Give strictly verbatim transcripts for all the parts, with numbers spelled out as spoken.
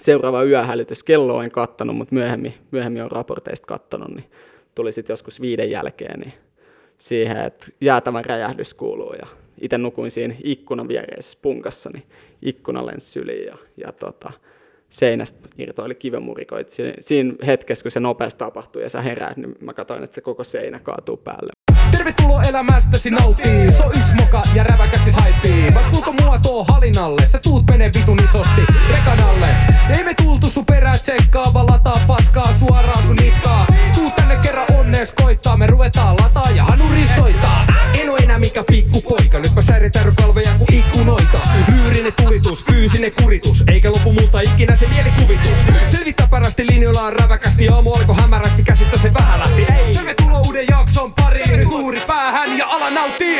seuraava yöhälytys. Kello en kattonut, mutta myöhemmin, myöhemmin on raporteista kattonut, niin tuli sitten joskus viiden jälkeen niin siihen, että jäätävä räjähdys kuuluu. Ja itse nukuin siinä ikkunan viereisessä punkassa, niin ikkuna lensi syliin ja, ja tota, seinästä irtoili kivenmurikoit. Siinä, siinä hetkessä, kun se nopeasti tapahtui ja sä heräät, niin mä katsoin, että se koko seinä kaatuu päälle. Tervetuloa elämästäsi nauttii. Se on yksi moka ja räväkästi haippii. Vai kuinka mua tuo halinalle? Sä tuut menee vitun isosti rekanalle. Ei me tultu sun perää tsekkaa, vaan lataa paskaa suoraan sun niskaa. Tuut tänne kerran onnees koittaa, me ruvetaan lataa ja hanuri soittaa. En oo enää mikä pikkupoika, nyt mä säiritän kalveja ku ikkunoita. Lyyrinen tulitus, fyysinen kuritus, eikä lopu multa ikinä se mielikuvitus. Selvittää parasti linjoilla on räväkästi, aamu alkoi hämärästi, käsistä se vähän lähti. Ei. Tervetuloa uuden jakson pariin, nyt luuri päähän ja ala nauttii.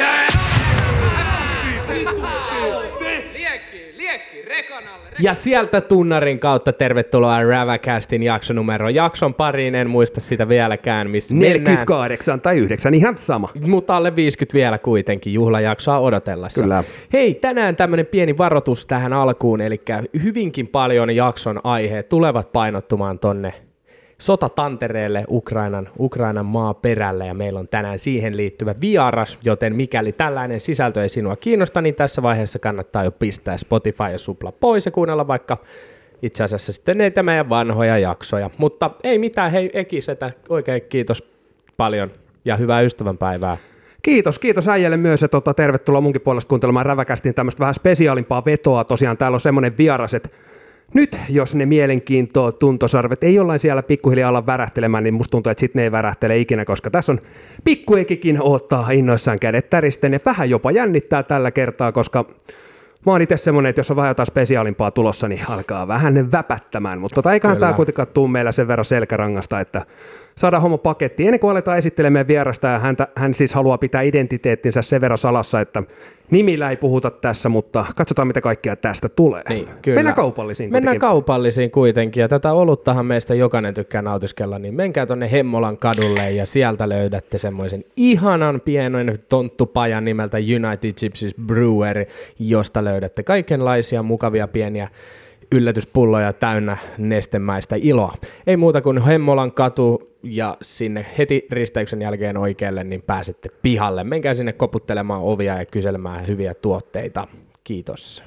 Liekki, liekki, rekanalle. Ja sieltä tunnarin kautta tervetuloa Räväcastin jaksonumero. Jakson pariin, en muista sitä vieläkään, missä neljäkymmentäkahdeksan mennään. tai yhdeksän, ihan sama. Mutta alle viisikymmentä vielä kuitenkin juhlajaksoa odotellessa. Kyllä. Hei, tänään tämmönen pieni varoitus tähän alkuun, eli hyvinkin paljon jakson aiheet tulevat painottumaan tonne sotatantereelle Ukrainan, Ukrainan maaperälle, ja meillä on tänään siihen liittyvä vieras, joten mikäli tällainen sisältö ei sinua kiinnosta, niin tässä vaiheessa kannattaa jo pistää Spotify ja Supla pois ja kuunnella vaikka itse asiassa sitten näitä meidän vanhoja jaksoja. Mutta ei mitään, hei Eki, setä oikein kiitos paljon ja hyvää ystävänpäivää. Kiitos, kiitos äijälle myös, ja tota, tervetuloa munkin puolesta kuuntelemaan Räväcastin tämmöistä vähän spesiaalimpaa vetoa. Tosiaan täällä on semmoinen vieras, että nyt, jos ne mielenkiintoa tuntosarvet ei jollain siellä pikkuhiljaa ala värähtelemään, niin musta tuntuu, että sit ne ei värähtele ikinä, koska tässä on pikkuekikin odottaa innoissaan kädet täristen ja vähän jopa jännittää tällä kertaa, koska mä oon itse semmonen, että jos on vähän jotain spesiaalimpaa tulossa, niin alkaa vähän väpättämään, mutta tota, eiköhän tää kuitenkaan tuu meillä sen verran selkärangasta, että saadaan homma pakettiin. Ennen kuin aletaan esittelemään vierasta, ja häntä, hän siis haluaa pitää identiteettinsä sen verran salassa, että nimillä ei puhuta tässä, mutta katsotaan mitä kaikkea tästä tulee. Niin, kyllä. Mennään kaupallisiin Mennään kuitenkin. kaupallisiin kuitenkin, ja tätä oluttahan meistä jokainen tykkää nautiskella, niin menkää tonne Hemmolan kadulle, ja sieltä löydätte semmoisen ihanan pienen tonttupajan nimeltä United Gypsies Brewery, josta löydätte kaikenlaisia mukavia pieniä yllätyspulloja täynnä nestemäistä iloa. Ei muuta kuin Hemmolan katu ja sinne heti risteyksen jälkeen oikealle, niin pääsette pihalle. Menkää sinne koputtelemaan ovia ja kyselemään hyviä tuotteita. Kiitos.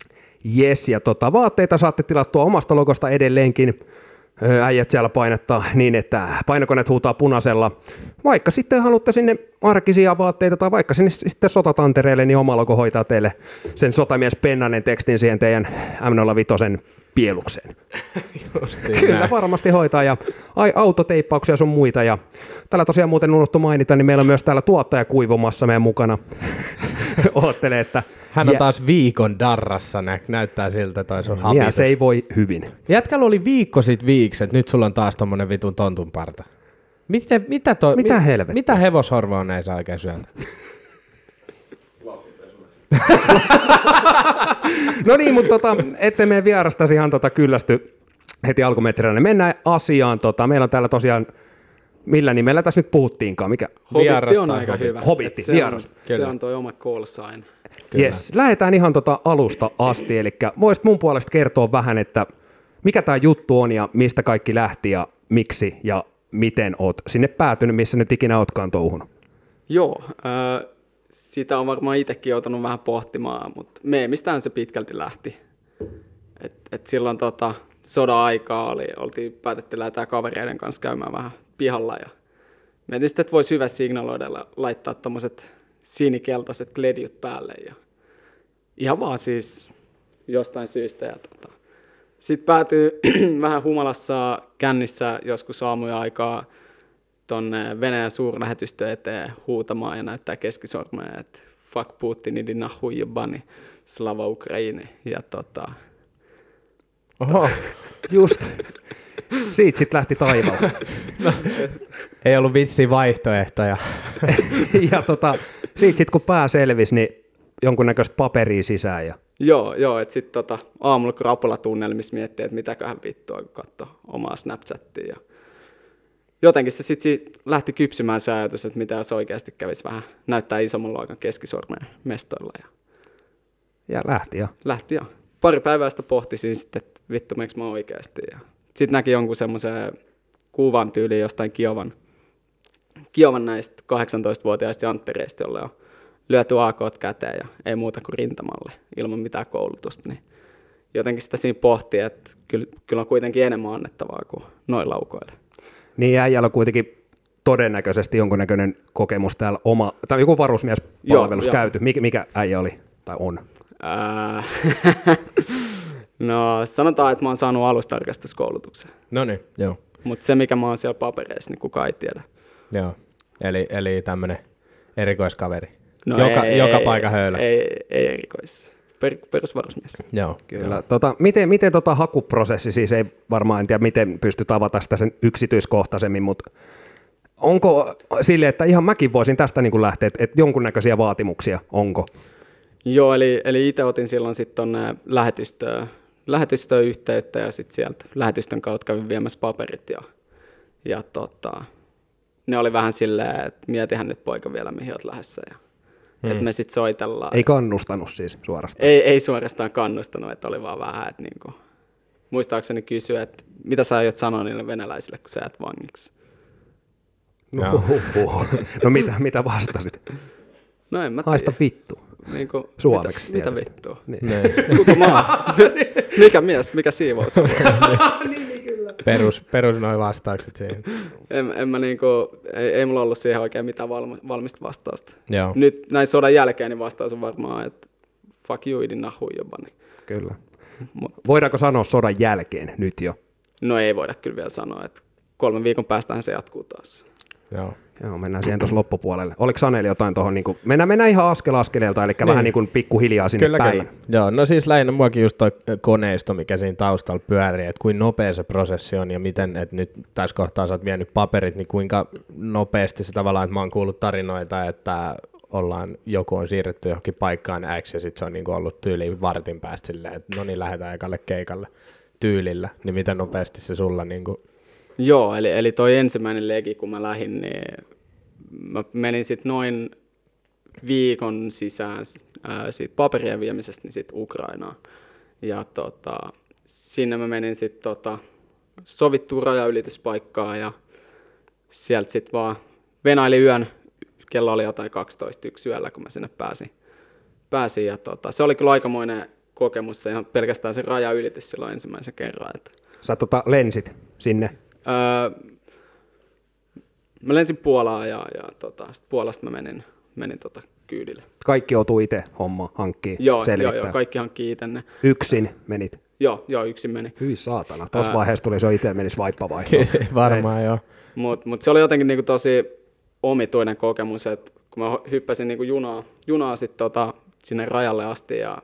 Jes, ja tota, vaatteita saatte tilattua omasta logosta edelleenkin. Äijät siellä painettaa niin, että painokoneet huutaa punaisella. Vaikka sitten haluatte sinne arkisia vaatteita tai vaikka sinne sitten sotatantereelle, niin oma logo hoitaa teille sen sotamies Pennanen tekstin siihen teidän M nolla viisi pielukseen. Kyllä näin. Varmasti hoitaa, ja autoteippauksia sun muita. Ja täällä tosiaan muuten unohtu mainita, niin meillä on myös täällä tuottaja kuivumassa meidän mukana. Oottelee, että hän on ja taas viikon darrassa, nä- näyttää siltä, toi sun hapitus. Ja se ei voi hyvin. Jätkällä oli viikko sit viiksi, että nyt sulla on taas tommonen vitun tontunparta. Mitä, mitä, to, mitä, mi, helvettiä? Mitä hevoshorvoa ne ei saa oikein syötä? No niin, mutta tota, ettei meidän vierastasi ihan tota kyllästy heti alkumetreillä. Mennään asiaan. Tota, meillä on täällä tosiaan, millä nimellä tässä nyt puhuttiinkaan? Mikä? Hobitti on aika hyvä. Hobitti, se vieras. On, se on toi oma call sign. Yes. Lähdetään ihan tota alusta asti, eli voisit mun puolesta kertoa vähän, että mikä tämä juttu on ja mistä kaikki lähti ja miksi ja miten oot sinne päätynyt, missä nyt ikinä ootkaan touhunut. Joo, äh, sitä on varmaan itsekin joutunut vähän pohtimaan, mutta meemistähän se pitkälti lähti. Et, et silloin tota, sodan aikaa oli, oltiin päätetty lähteä kavereiden kanssa käymään vähän pihalla ja mietin sitten, että voisi hyvä signaloidella laittaa tommoset sinikeltaiset glediut päälle ja ihan vaan siis jostain syystä. Ja tota. Sitten päätyy vähän humalassa kännissä joskus aamuja aikaa tonne Venäjän suurlähetystö eteen huutamaan ja näyttää keskisormea, että fuck Putin, idi nahui jobani, slava Ukraini. Ja tota... Oho, just. Siitä sitten lähti taivaalta. No, ei ollut vissiin vaihtoehtoja. Ja tota, siitä sitten kun pää selvisi, niin jonkunnäköistä paperia sisään. Ja... Joo, joo, että sitten tota, aamulla kun rapulatunnelmissa miettii, että mitäköhän vittua, kun katsoo omaa Snapchattia. Ja jotenkin se sitten lähti kypsymään se ajatus, että mitä jos oikeasti kävisi vähän näyttää isomman luokan keskisormeen mestoilla. Ja, ja lähti jo. Lähti jo. Pari päivää sitä pohtisin sitten, että vittu, meiks mä oikeesti. Sitten näki jonkun semmoisen kuvan tyyliin jostain Kiovan, Kiovan näistä kahdeksantoistavuotiaista janttereista, jolle on lyöty A K:t käteen ja ei muuta kuin rintamalle ilman mitään koulutusta. Niin jotenkin sitä siinä pohtii, että kyllä, kyllä on kuitenkin enemmän annettavaa kuin noin laukoille. Niin äijällä on kuitenkin todennäköisesti jonkunnäköinen kokemus täällä oma, tai joku varusmiespalvelus käyty. Mikä, mikä äijä oli tai on? Ää, no sanotaan, että mä oon saanut alustarkastuskoulutuksen. No niin, joo. Mutta se, mikä mä oon siellä papereissa, niin kukaan ei tiedä. Joo, eli, eli tämmöinen erikoiskaveri. No joka, ei, joka ei, paikka höylä. Ei, ei erikois. Per, perusvarusmies. Joo, Kyllä. Tota, miten miten tota hakuprosessi, siis ei varmaan, en tiedä miten pystyt avata sitä sen yksityiskohtaisemmin, mutta onko silleen, että ihan mäkin voisin tästä niin kuin lähteä, että, että jonkunnäköisiä vaatimuksia, onko? Joo, eli, eli itse otin silloin sitten tuonne lähetystöön, lähetystöön yhteyttä ja sitten sieltä lähetystön kautta kävin viemässä paperit ja, ja tota, ne oli vähän silleen, että mietihän nyt poika vielä mihin olet lähdössä ja hmm. että me sitten soitellaan. Ei kannustanut siis suorastaan? Ei, ei suorastaan kannustanut, että oli vaan vähän, että niinku, muistaakseni kysyä, että mitä sä aiot sanoa niille venäläisille, kun sä jäät vangiksi? No, huhuhu. no mitä, mitä vastasit? No en mä Haista tiedä. vittu. Niinku, Suomeksi Mitä, mitä tietysti. vittua? Niin. Kuka maa? Mikä mies? Mikä siivous? Perus, perus noin vastaukset siihen. En, en mä niinku, ei, ei mulla ollut siihen oikein mitään valma, valmista vastausta. Joo. Nyt näin sodan jälkeen niin vastaus on varmaan, että fuck you, idin nahu jobani. Kyllä. Mut, Voidaanko sanoa sodan jälkeen nyt jo? no ei voida kyllä vielä sanoa, että kolmen viikon päästähän se jatkuu taas. Joo. Joo, mennään siihen tuossa loppupuolelle. Oliko Saneli jotain tuohon, niin kuin, mennään, mennään ihan askel askeleelta, eli niin. vähän niin kuin pikkuhiljaa sinne Kyllä, päin. kyllä. Joo, no siis lähinnä muakin just toi koneisto, mikä siinä taustalla pyörii, että kuinka nopea se prosessi on ja miten, että nyt tässä kohtaa sä oot vienyt paperit, niin kuinka nopeasti se tavallaan, että mä oon kuullut tarinoita, että ollaan, joku on siirretty johonkin paikkaan X ja sitten se on niin kuin ollut tyyliin vartin päästä silleen, että no niin, lähdetään ekalle keikalle tyylillä, niin miten nopeasti se sulla niin kuin... Joo, eli, eli toi ensimmäinen legi, kun mä lähdin, niin mä menin sitten noin viikon sisään ää, siitä paperien viemisestä niin sit Ukrainaan. Ja tota, sinne mä menin sitten tota, sovittuun rajaylityspaikkaan ja sieltä sitten vaan venaili yön. Kello oli jotain kaksitoista yksi yöllä, kun mä sinne pääsin. pääsin ja tota, se oli kyllä aikamoinen kokemus, se ihan pelkästään se rajaylitys silloin ensimmäisen kerran. Että. Sä tota, lensit sinne? Öö, mä lensin Puolaan ja, ja tota, sit Puolasta mä menin, menin tota kyydille. Kaikki joutuu itse homma hankkii, Joo, selvittää. joo, joo, kaikki hankkii itse ne. Yksin menit? Joo, joo, yksin meni. Hyi saatana. Tuossa Ää... vaiheessa tuli se itse menisi vaippavaihtoon. Kyllä se varmaan joo. Mutta mut se oli jotenkin niinku tosi omituinen kokemus, että kun mä hyppäsin niinku junaa, junaa sit tota, sinne rajalle asti ja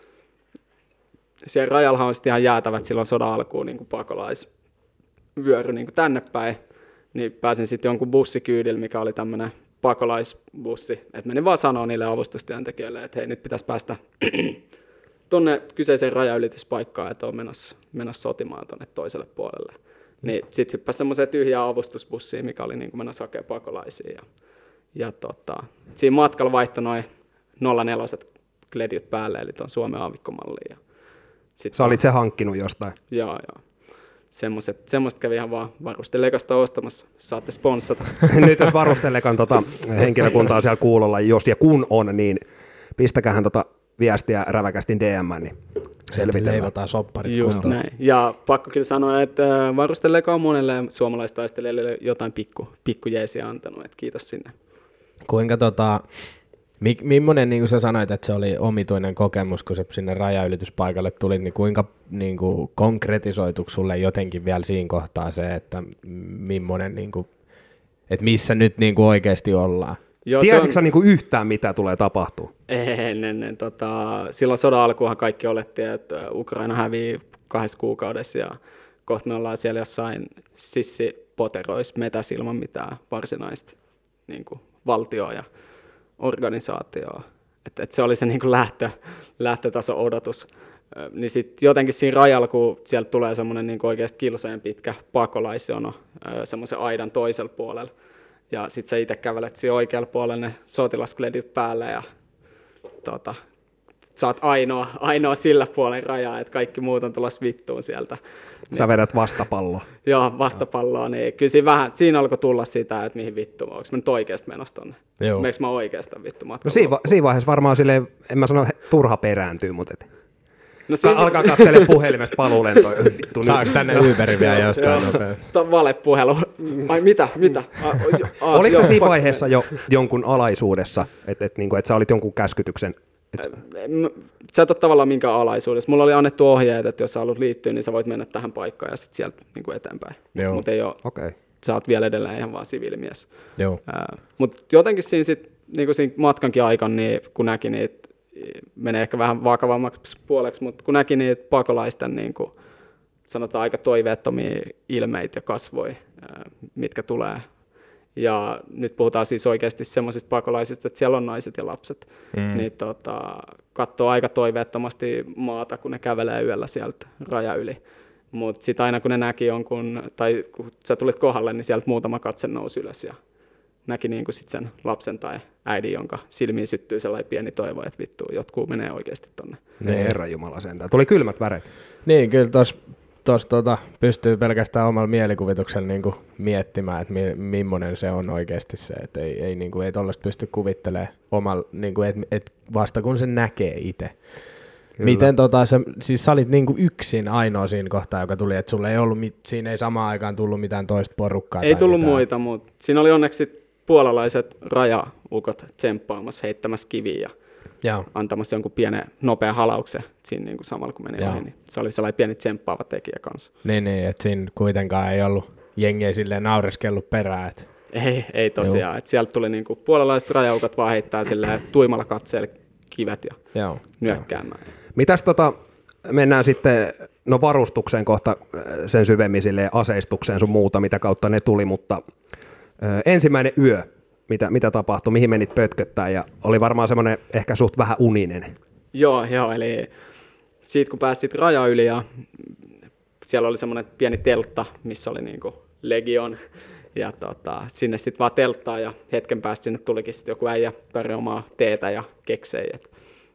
siellä rajallahan on sitten ihan jäätävät silloin sodan alkuun niinku pakolaisvyöry niinku tänne päin, niin pääsin sitten jonkun bussikyydillä, mikä oli tämmöinen pakolaisbussi, että menin vaan sanoa niille avustustyöntekijöille, että hei, nyt pitäisi päästä tuonne kyseiseen rajaylityspaikkaan, että on menossa, menossa sotimaan tuonne toiselle puolelle. Niin sitten hyppäsi semmoiseen tyhjään avustusbussiin, mikä oli niin kuin menossa hakemaan pakolaisia. Ja, ja tota, siinä matkalla vaihtoi noin nolla neljä kledjut päälle, eli tuon Suomen aavikkomalliin. Sä olit se hankkinut jostain? Joo, joo. Semmoiset, semmoiset kävi ihan vaan Varustelekasta ostamassa. Saatte sponssata. Nyt jos Varustelekan tota, henkilökunta on siellä kuulolla, jos ja kun on, niin pistäkähän tota viestiä räväkästin D M, niin selvitellään. Leivotaan sopparit. Just kuntoon. näin. Ja pakko kyllä sanoa, että Varusteleka on monelle suomalaistaistelijalle jotain pikku, pikkujeesiä antanut. Että kiitos sinne. Kuinka tota... Mik, millainen, niin kuin sä sanoit, että se oli omituinen kokemus, kun se sinne rajaylityspaikalle tuli, niin kuinka niin kuin konkretisoituiko sulle jotenkin vielä siinä kohtaa se, että millainen, niin kuin, että missä nyt niin kuin oikeasti ollaan? Tiesitkö sä niin kuin yhtään, mitä tulee tapahtua? En, ennen. Tota, silloin sodan alkuunhan kaikki olettiin, että Ukraina hävii kahdessa kuukaudessa ja kohta me ollaan siellä jossain sissipoteroissa metäs ilman mitään varsinaista niin kuin valtioa ja organisaatioa. Et, et se oli se niinku lähtö, lähtötaso odotus. Ö, niin sitten jotenkin siinä rajalla, kun sieltä tulee semmoinen niinku oikeasti kilsojen pitkä pakolaisjono semmoisen aidan toisella puolella, ja sitten sä itse kävelet siinä oikealla puolella ne sotilaskledit päälle, ja tota, sä oot ainoa, ainoa sillä puolen rajaa, että kaikki muut on tulossa vittuun sieltä. Sä vedät vastapalloa. Joo, vastapalloa, niin kyllä siinä, vähän, siinä alkoi tulla sitä, että mihin vittu, onko mä nyt oikeasti menossa tonne? Meikö mä oikeastaan vittu matkalla? No siinä, va- siinä vaiheessa varmaan silleen, en mä sano turha perääntyy, mutta et. No siinä... Alkaa katselemaan puhelimesta paluulentoa. Saanko tänne Uberin vielä jostain nopeasti? Tämä on valepuhelu. Ai mitä, mitä? A, a, a, Oliko joo, se siinä pak- vaiheessa jo jonkun alaisuudessa, että et, niinku, et sä olit jonkun käskytyksen? Et... Sä et ole tavallaan minkään alaisuudessa. Mulla oli annettu ohjeet, että jos sä haluat liittyä, niin sä voit mennä tähän paikkaan ja sitten sieltä niin kuin eteenpäin. Mutta ei ole, okay. Sä oot vielä edelleen ihan vaan siviilimies. Uh, Mutta jotenkin siinä, sit, niin kuin siinä matkankin aikana, niin kun näki niitä, menee ehkä vähän vakavammaksi puoleksi, mutta kun näki niitä pakolaisten niin kuin, sanotaan aika toiveettomia ilmeitä ja kasvoja, mitkä tulee. Ja nyt puhutaan siis oikeasti semmoisista pakolaisista, että siellä on naiset ja lapset. Mm. Niin tota, katsoo aika toiveettomasti maata, kun ne kävelee yöllä sieltä raja yli. Mutta sitten aina kun ne näki jonkun, tai kun sä tulit kohdalle, niin sieltä muutama katse nousi ylös ja näki niinku sit sen lapsen tai äidin, jonka silmiin syttyy sellainen pieni toivo, että vittu, jotkut menee oikeasti tonne. Ne herranjumala sentään. Tuli kylmät väreet. Niin, kyllä tuossa tos, tota, pystyy pelkästään omalla mielikuvituksella niinku miettimään, että mi, millainen se on oikeasti se, että ei, ei, niinku, ei tollaista pysty kuvittelemaan omalla, niinku, että et vasta kun se näkee itse. Miten tota, sä, siis sä olit niinku yksin ainoa siinä kohtaa, joka tuli, että sulla ei ollut, siinä ei samaan aikaan tullut mitään toista porukkaa? Ei tullut mitään. muita, mutta siinä oli onneksi puolalaiset rajaukot tsemppaamassa, heittämässä kiviä ja Joo. antamassa jonkun pienen nopean halauksen siinä niin kuin samalla kun meni ohi. Niin se oli sellainen pieni tsemppaava tekijä kanssa. Niin, niin että siinä kuitenkaan ei ollut jengiä silleen naureskellut perään. Että... Ei, ei tosiaan. Että sieltä tuli niin kuin puolalaiset rajaukot vaan heittää silleen tuimalla katseella kivet ja Joo. nyökkäämään. Mitäs tota, mennään sitten no varustukseen kohta sen syvemmin silleen aseistukseen sun muuta, mitä kautta ne tuli, mutta ö, ensimmäinen yö, mitä, mitä tapahtui, mihin menit pötköttää ja oli varmaan semmoinen ehkä suht vähän uninen. Joo, joo, eli siitä kun pääsit raja yli ja siellä oli semmoinen pieni teltta, missä oli niinku legion ja tota, sinne sitten vaan telttaa ja hetken päästä sinne tulikin sitten joku äijä tarjoamaan teetä ja keksejä. Et,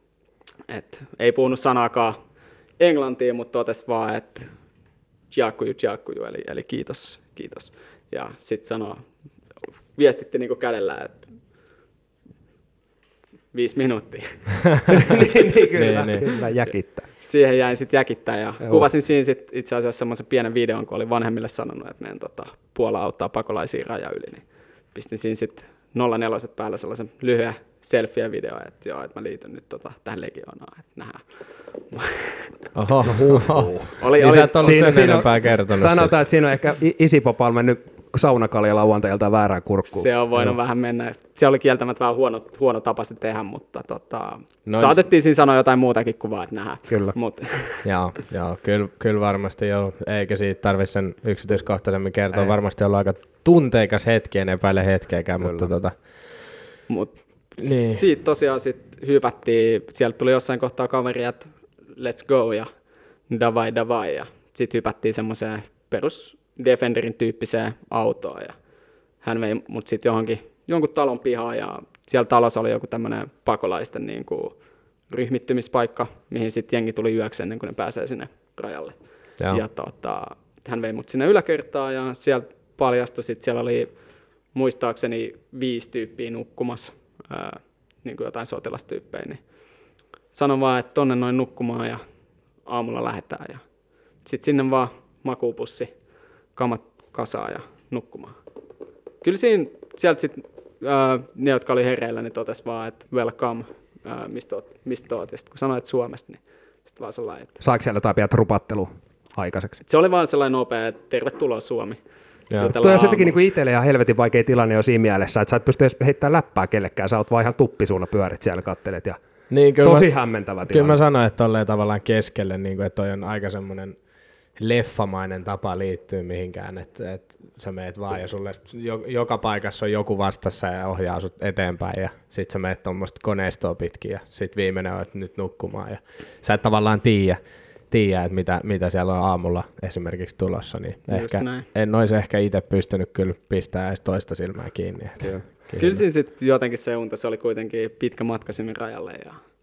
et, ei puhunut sanaakaan englantia, mutta totesi vaan, että jiakkuju, jiakkuju, eli, eli kiitos, kiitos. Ja sitten sanoi, viestitti niinku kädellä, että viisi minuuttia. niin, niin, kyllä, niin, kyllä jäkittää. Siihen jäin sitten jäkittää ja Joo. kuvasin siinä sit itse asiassa semmoisen pienen videon, kun olin vanhemmille sanonut, että meidän tota, Puola auttaa pakolaisia raja yli. Niin pistin siinä sitten nolla neljä päällä sellaisen lyhyen selfie-video, että joo, että mä liityn nyt tota, tähän legioonaan, että nähdään. Oho, oho. Oli, Niin oli, sä et ollut Siinä- sen siinä on- enempää kertonut. Sanotaan, että siinä on ehkä i- isipopal mennyt saunakalja lauantailta väärään kurkkuun. se on voinut vähän mennä. Se oli kieltämättä vähän huono, huono tapa se tehdä, mutta tota, Noin- saatettiin siinä sanoa jotain muutakin kuin vaan, että nähdään. Kyllä. Mut, Joo, joo kyllä, kyllä varmasti joo. Eikä siitä tarvitse sen yksityiskohtaisemmin kertoa. Ei. Varmasti ollut aika tunteikas hetki, en epäile hetkeäkään, mutta tota, Mut Niin. siitä tosiaan sit hypättiin, sieltä tuli jossain kohtaa kaveri, että let's go ja davai davai ja sitten hypättiin semmoiseen perus Defenderin tyyppiseen autoon ja hän vei mut sitten johonkin jonkun talon pihaan ja siellä talossa oli joku tämmöinen pakolaisten niin kuin ryhmittymispaikka, mihin sitten jengi tuli yöksi ennen kuin ne pääsee sinne rajalle. Joo. Ja tota, hän vei mut sinne yläkertaan ja siellä paljastui sitten, siellä oli muistaakseni viisi tyyppiä nukkumassa, ää, niin kuin jotain sotilastyyppejä, niin sanon vaan, että tonne noin nukkumaan ja aamulla lähdetään ja sitten sinne vaan makuupussi, kamat kasaan ja nukkumaan. Kyllä siinä, sieltä sitten ne, jotka oli hereillä, niin totesi vaan, että welcome, ää, mistä oot, mistä oot. Ja sitten kun sanoit Suomesta, niin sitten vaan sellainen, että Saiko siellä jotain pientä rupattelua aikaiseksi? se oli vaan sellainen nopea, että tervetuloa Suomi. Joo. Jutellaan Tuo on jotenkin aamulla. niin itselle ihan helvetin vaikea tilanne jo siinä mielessä, että sä et pysty edes heittämään läppää kellekään, sä oot vaan ihan tuppisuuna pyörit siellä, kattelet ja niin, kyllä tosi mä, hämmentävä kyllä tilanne. mä sanoin, että tolleen tavallaan keskelle, niin kuin, että toi on aika semmoinen leffamainen tapa liittyä mihinkään, että, että sä meet vaan ja sulle jo, joka paikassa on joku vastassa ja ohjaa sut eteenpäin ja sit sä meet tuommoista koneistoa pitkin ja sit viimeinen on, että nyt nukkumaan ja sä et tavallaan tiedä, tiedä että mitä, mitä siellä on aamulla esimerkiksi tulossa, niin Just ehkä, näin. en olisi ehkä itse pystynyt kyllä pistämään edes toista silmää kiinni. Että, Kyllä siinä sitten jotenkin se unta, se oli kuitenkin pitkä matka sinne rajalle ja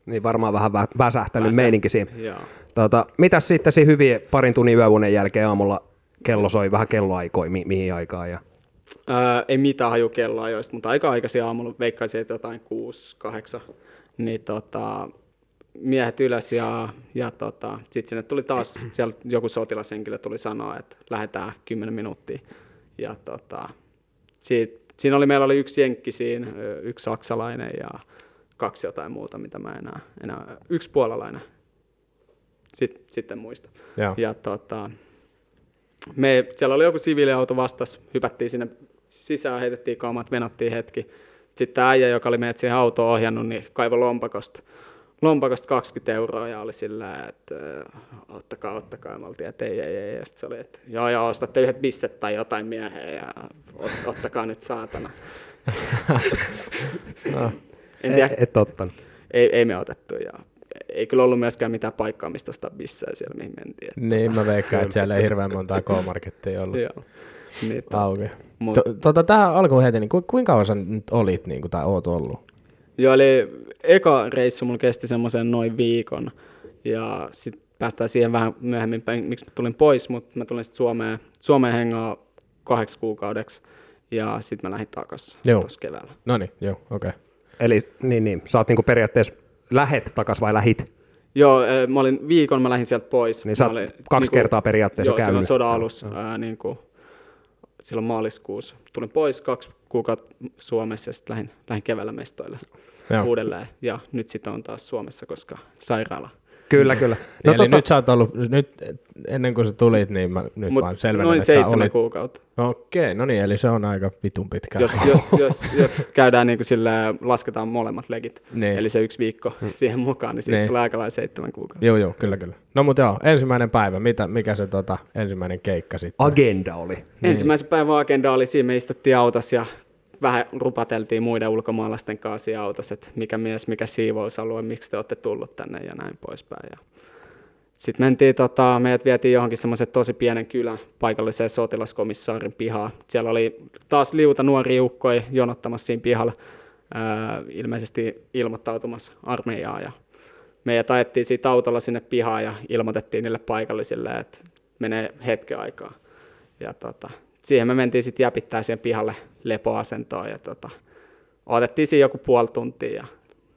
Niin varmaan vähän vä- väsähtänyt Väsä. meininki siinä. Joo. Tota, mitäs sitten siinä hyvin parin tunnin yöunen jälkeen aamulla kello soi vähän kelloaikoja, mi- mihin aikaan? Ja... Öö, ei mitään haju kelloajoista, mutta aika aikaisin aamulla veikkaisin, että jotain kuusi, kahdeksan. Niin tota, miehet ylös ja, ja tota, sitten sinne tuli taas, siellä joku sotilashenkilö tuli sanoa, että lähdetään kymmenen minuuttia. Ja tota, siitä, siinä oli, meillä oli yksi jenkki siinä, yksi saksalainen ja kaksi jotain muuta, mitä mä enää, enää yksi puolalainen. Sitten, sitten muista. Joo. Ja tota, me, siellä oli joku siviiliauto vastas, hypättiin sinne sisään, heitettiin kamat, venattiin hetki. Sitten tämä äijä, joka oli meidät siihen autoon ohjannut, niin kaivoi lompakosta, lompakosta kaksikymmentä euroa ja oli sillä, että ottakaa, ottakaa. Ja me oltiin, että ei, ei, ei. Ja sitten se oli, että joo, joo, ostatte yhdet bisset tai jotain mieheen ja ot, ottakaa nyt saatana. no. En tiedä, et, et ottanut. Ei, ei me otettu ja ei kyllä ollut myöskään mitään paikkaa, mistä ostaa bissejä siellä, mihin mentiin. Että Niin, mä veikkaan, että siellä ei hirveän montaa K-markettia ollut joo. Niin, auki. Mut, To, tota, tähän alkuun heti, niin ku, kuinka kauan sä nyt olit niin kuin, tai oot ollut? joo, eli eka reissu mulla kesti semmoisen noin viikon ja sitten päästään siihen vähän myöhemmin, miksi mä tulin pois, mutta mä tulin sitten Suomeen, Suomeen hengaa kahdeksi kuukaudeksi ja sitten mä lähdin takaisin tuossa keväällä. No niin, joo, okei. Okay. Eli niin, niin, sä oot niinku periaatteessa lähet takas vai lähit? Joo, mä olin viikon, mä lähdin sieltä pois. Niin sä olin, oot kaksi niinku, kertaa periaatteessa joo, käynyt. Joo, silloin sodan alussa, ää, niinku, silloin maaliskuussa. Tulin pois kaksi kuukautta Suomessa ja sitten lähdin, lähdin keväällä mestoille joo. uudelleen. Ja nyt sitten on taas Suomessa, koska sairaala. Kyllä, kyllä. No, eli tota... nyt sä oot ollut, nyt ennen kuin sä tulit, niin mä nyt Mut vaan selvennän, noin että sä seitsemän olit... kuukautta. Okei, no niin, eli se on aika vitun pitkä. Jos, jos, jos, jos käydään niin kuin sillä, lasketaan molemmat legit, niin. Eli se yksi viikko hmm. siihen mukaan, niin siitä niin. tulee aika lailla seitsemän kuukautta. Joo, joo, kyllä, kyllä. No mutta joo, ensimmäinen päivä, mitä, mikä se tota, ensimmäinen keikka sitten? Agenda oli. Niin. Ensimmäisen päivän agenda oli siinä, me istuttiin autossa ja vähän rupateltiin muiden ulkomaalaisten kanssa autossa, että mikä mies, mikä siivousalue, miksi te olette tullut tänne ja näin poispäin. Ja sitten mentiin, tota, meidät vietiin johonkin semmoisen tosi pienen kylän paikalliseen sotilaskomissaarin pihaan. Siellä oli taas liuta nuoria ukkoja jonottamassa siinä pihalla, ää, ilmeisesti ilmoittautumassa armeijaa. Ja meidät ajettiin siitä autolla sinne pihaan ja ilmoitettiin niille paikallisille, että menee hetken aikaa. Ja tota, siihen me mentiin sitten jäpittää siihen pihalle lepoasentoon ja tota, otettiin siinä joku puoli tuntia. Ja,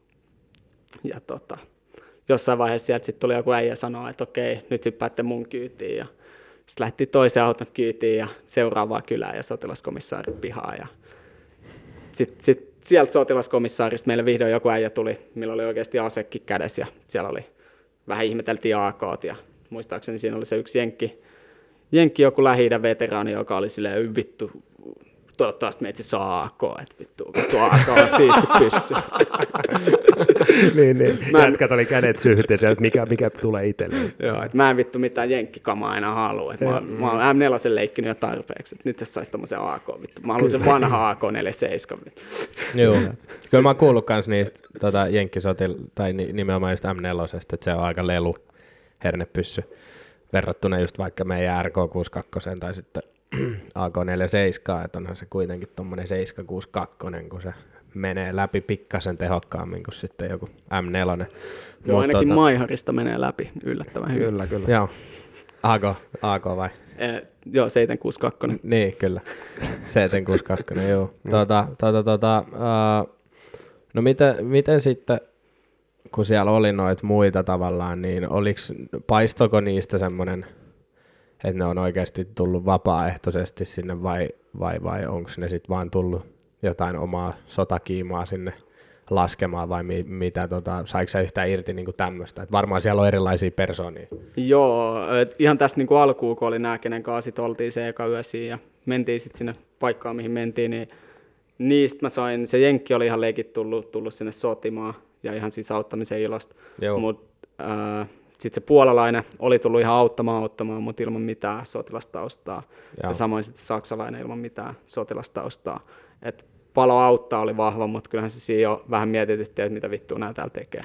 ja tota, jossain vaiheessa sieltä sitten tuli joku äijä sanoa, että okei, nyt hyppäätte mun kyytiin. Ja sitten lähdettiin toisen auton kyytiin ja seuraavaan kylään ja sotilaskomissaarin pihaan. Ja sitten sit sieltä sotilaskomissaarista meille vihdoin joku äijä tuli, millä oli oikeasti asekin kädessä ja siellä oli, vähän ihmeteltiin A K:t ja muistaakseni siinä oli se yksi jenkki, jenkki joku Lähi-idän veteraani, joka oli silleen vittu, toivottavasti meitsi saa A K, että vittu, vittu A K on siisti pyssy. niin, niin. En... Jätkät oli kädet syyhyteessä, että mikä, mikä tulee itselleen. Joo, että mä en vittu mitään jenkkikamaa enää halua. Mä, mä oon M neljä leikkinyt jo tarpeeksi, että nyt jos sais tommosen A K, vittu. Mä haluan sen vanha A K neljäkymmentäseitsemän. Joo, kyllä mä oon kuullut kans niistä tota, jenkkisotil, tai nimenomaan just M neljä, että se on aika lelu hernepyssy verrattuna just vaikka meidän R K kuusikymmentäkaksi tai sitten A K neljäkymmentäseitsemän, että onhan se kuitenkin tommonen seitsemän kuusikymmentäkaksi, kun se menee läpi pikkasen tehokkaammin kuin sitten joku M neljä. Joo, ainakin tuota... Maiharista menee läpi yllättävän hyvin. Kyllä, kyllä. Joo. A K, A K vai? Eh, joo, seitsemän kuusikymmentäkaksi. Niin, kyllä. seitsemän kuusikymmentäkaksi, joo. Tuota, tuota, tuota, uh, no miten, miten sitten, kun siellä oli noita muita tavallaan, niin oliks, paistoko niistä semmoinen, että ne on oikeasti tullut vapaaehtoisesti sinne vai, vai, vai onko ne sitten vaan tullut jotain omaa sotakiimaa sinne laskemaan vai mi, mitä, tota, saiko sä yhtään irti niinku tämmöistä? Et varmaan siellä on erilaisia persoonia. Joo, ihan tässä niinku alkuun, kun oli nämä, kenen kanssa sit oltiin se eka yö siinä ja mentiin sitten sinne paikkaan, mihin mentiin, niin niistä mä sain, se jenkki oli ihan leikit tullut, tullut sinne sotimaan ja ihan siis auttamisen ilosta, mutta äh, sitten se puolalainen oli tullut ihan auttamaan auttamaan, mutta ilman mitään sotilastaustaa. Joo. Ja samoin sitten se saksalainen ilman mitään sotilastaustaa. Et palo auttaa oli vahva, mutta kyllähän se siinä jo vähän mietitytti, että mitä vittua nämä täällä tekee.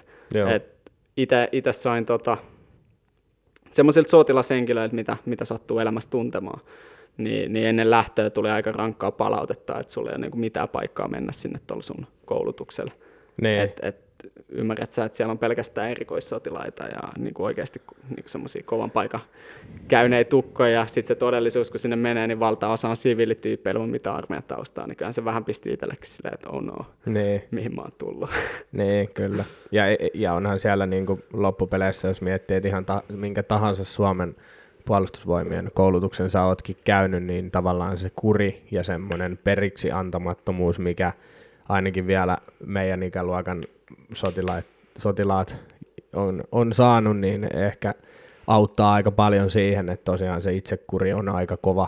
Itse sain tota, semmoisilta sotilashenkilöiltä, mitä, mitä sattuu elämässä tuntemaan, niin, niin ennen lähtöä tuli aika rankkaa palautetta, että sulla ei ole niinku mitään paikkaa mennä sinne tuolla sun koulutukselle. Niin. Et, et, ymmärrät sä, että siellä on pelkästään erikoissotilaita ja niin kuin oikeasti niin semmoisia kovan paikan käyneitä tukkoja, ja sitten se todellisuus, kun sinne menee, niin valtaosa on siviilityyppejä ilman mitään armeijan taustaa, niin kyllähän se vähän pisti itsellekin silleen, että oh no, Niin. mihin mä oon tullut. Niin, kyllä. Ja, ja onhan siellä niin kuin loppupeleissä, jos miettii, että ihan ta, minkä tahansa Suomen puolustusvoimien koulutuksen sä ootkin käynyt, niin tavallaan se kuri ja semmoinen periksi antamattomuus, mikä ainakin vielä meidän ikäluokan sotilaat, sotilaat on, on saanut, niin ehkä auttaa aika paljon siihen, että tosiaan se itsekuri on aika kova.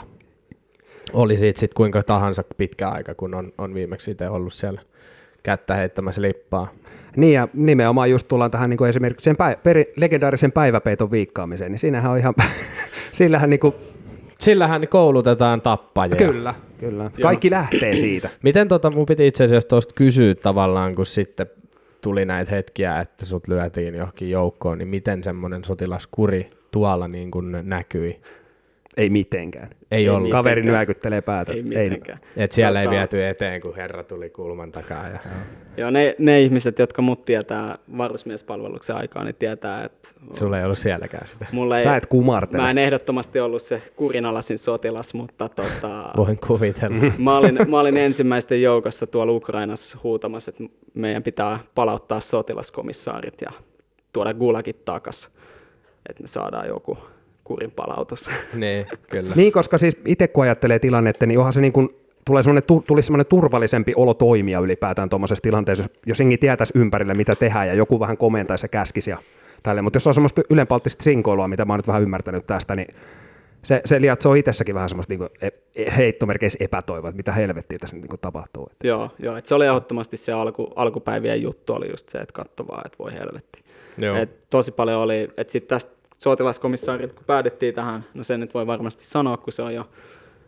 Oli siitä sitten kuinka tahansa pitkä aika, kun on, on viimeksi itse ollut siellä kättä heittämässä lippaa. Niin ja nimenomaan just tullaan tähän niin kuin esimerkiksi sen päi- peri- legendaarisen päiväpeiton viikkaamiseen, niin siinähän on ihan, sillähän niin kuin... Sillähän koulutetaan tappajia. Kyllä, kyllä. Kaikki lähtee siitä. Miten tota, mun piti itse asiassa tuosta kysyä tavallaan, kun sitten tuli näitä hetkiä, että sut lyötiin johonkin joukkoon, niin miten semmoinen sotilaskuri tuolla niin kuin näkyi? Ei mitenkään. Ei, ei ollut. Kaveri nyökyttelee päätä. Ei mitenkään. Et siellä tota... ei viety eteen, kun herra tuli kulman takaa. Ja... Joo, ne, ne ihmiset, jotka mut tietää varusmiespalveluksen aikaa, niin tietää, että... Sulla ei ollut sielläkään sitä. Mulla ei, Sä et kumartele. Mä en ehdottomasti ollut se kurinalaisin sotilas, mutta tota... Voin kuvitella. Mä olin, mä olin ensimmäisten joukossa tuolla Ukrainassa huutamassa, että meidän pitää palauttaa sotilaskomissaarit ja tuoda gulagit takas, että me saadaan joku kurin palautus. Niin, kyllä. Niin, koska siis itse kun ajattelee tilannetta, niin onhan se niin kuin, tulee semmoinen, tuli semmoinen turvallisempi olo toimia ylipäätään tuommoisessa tilanteessa, jos jengi tietäisi ympärille, mitä tehdään, ja joku vähän komentaisi ja käskisi ja tälleen. Mutta jos on semmoista ylenpalttista sinkoilua, mitä mä oon nyt vähän ymmärtänyt tästä, niin se, se liatsoo itsessäkin vähän semmoista niin kuin heittomerkeissä epätoivoa, että mitä helvettiä tässä niin kuin tapahtuu. Joo, joo, että se oli ehdottomasti se alku, alkupäivien juttu, oli just se, että katso vaan, että voi helvetti. Et tosi paljon oli, että sitten tästä sotilaskomissaarit, kun päädyttiin tähän, no sen nyt voi varmasti sanoa, kun se on jo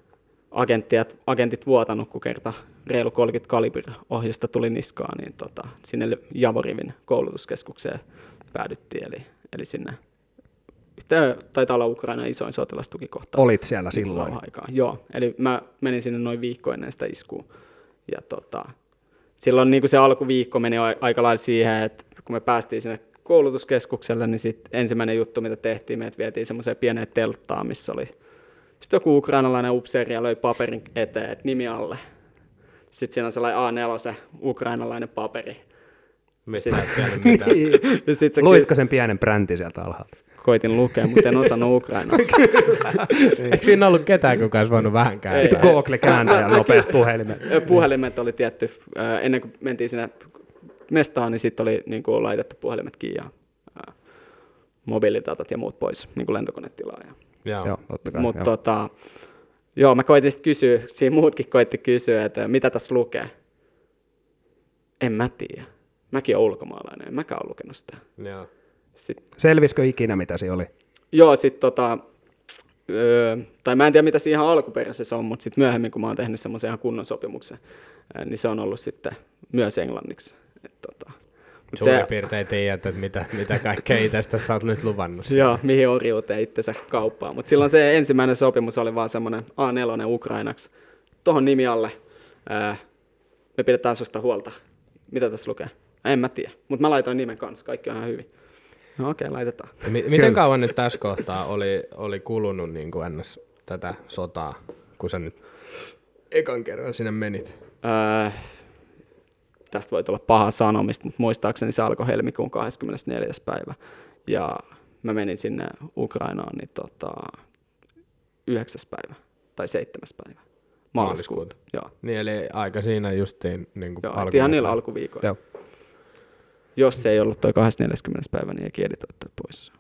agenttia, agentit vuotanut, kun kerta reilu kolmekymmentä kalibri-ohjusta tuli niskaan, niin tota, sinne Javorivin koulutuskeskukseen päädyttiin, eli, eli sinne yhteen, taitaa olla Ukrainan isoin sotilastukikohta. Olit siellä silloin? Joo, eli mä menin sinne noin viikko ennen sitä iskua, ja tota, silloin niin kuin se alkuviikko meni aika lailla siihen, että kun me päästiin sinne koulutuskeskukselle, niin sitten ensimmäinen juttu, mitä tehtiin, meidät vietiin semmoiseen pieneen telttaan, missä oli sitten joku ukrainalainen upseeri ja löi paperin eteen, että nimi alle. Sitten siinä on sellainen A neljä, se ukrainalainen paperi. Mistä et tiennyt mitään. Niin. Luitko sen pienen brändin sieltä alhaalta? Koitin lukea, mutta en osannut ukrainaa. Eikö siinä ollut ketään, kuka olisi voinut vähän käydä? Google kääntäjä nopeasti puhelimet. Puhelimet oli tietty, ennen kuin mentiin sinne mestaan, niin sitten oli niin kuin laitettu puhelimet kiinni ja ää, mobiilidatat ja muut pois, niin kuin lentokonetilaa. Joo, joo totta kai. Mutta joo. Tota, joo, mä koitin sitten kysyä, siinä muutkin koitti kysyä, että mitä tässä lukee. En mä tiedä. Mäkin olen ulkomaalainen, en mäkään ole lukenut sitä. Joo. Sitten, Selvisikö ikinä, mitä se oli? joo, sitten tota, öö, tai mä en tiedä, mitä siinä ihan alkuperäisessä on, mutta sitten myöhemmin, kun mä oon tehnyt semmoisen ihan kunnon sopimuksen, ää, niin se on ollut sitten myös englanniksi. Et, tota, Suurin piirtein tiedät, että mitä, mitä kaikkea itsestä sä oot nyt luvannut. Joo, mihin orjuuteen itsensä kauppaan. Mutta silloin se ensimmäinen sopimus oli vaan semmoinen A neljä ukrainaksi. Tuohon nimi alle. Ää, me pidetään susta huolta. Mitä tässä lukee? En mä tiedä. Mutta mä laitoin nimen kanssa. Kaikki on ihan hyvin. No okei, okay, laitetaan. M- miten kauan nyt tässä kohtaa oli, oli kulunut niin kuin ennäs tätä sotaa, kun sä nyt ekan kerran sinne menit? Ää, tästä voi tulla paha sanomista, mutta muistaakseni se alkoi helmikuun kahdeskymmenesneljäs päivä. Ja mä menin sinne Ukrainaan niin tota, yhdeksäs päivä tai seitsemäs päivä. Maaliskuuta. Joo. Niin, eli aika siinä justiin niin kuin Joo, ihan niillä alkuviikoilla. Joo. Jos se ei ollut toi kahdeskymmenesneljäs päivä, niin ei kieditoittaa pois.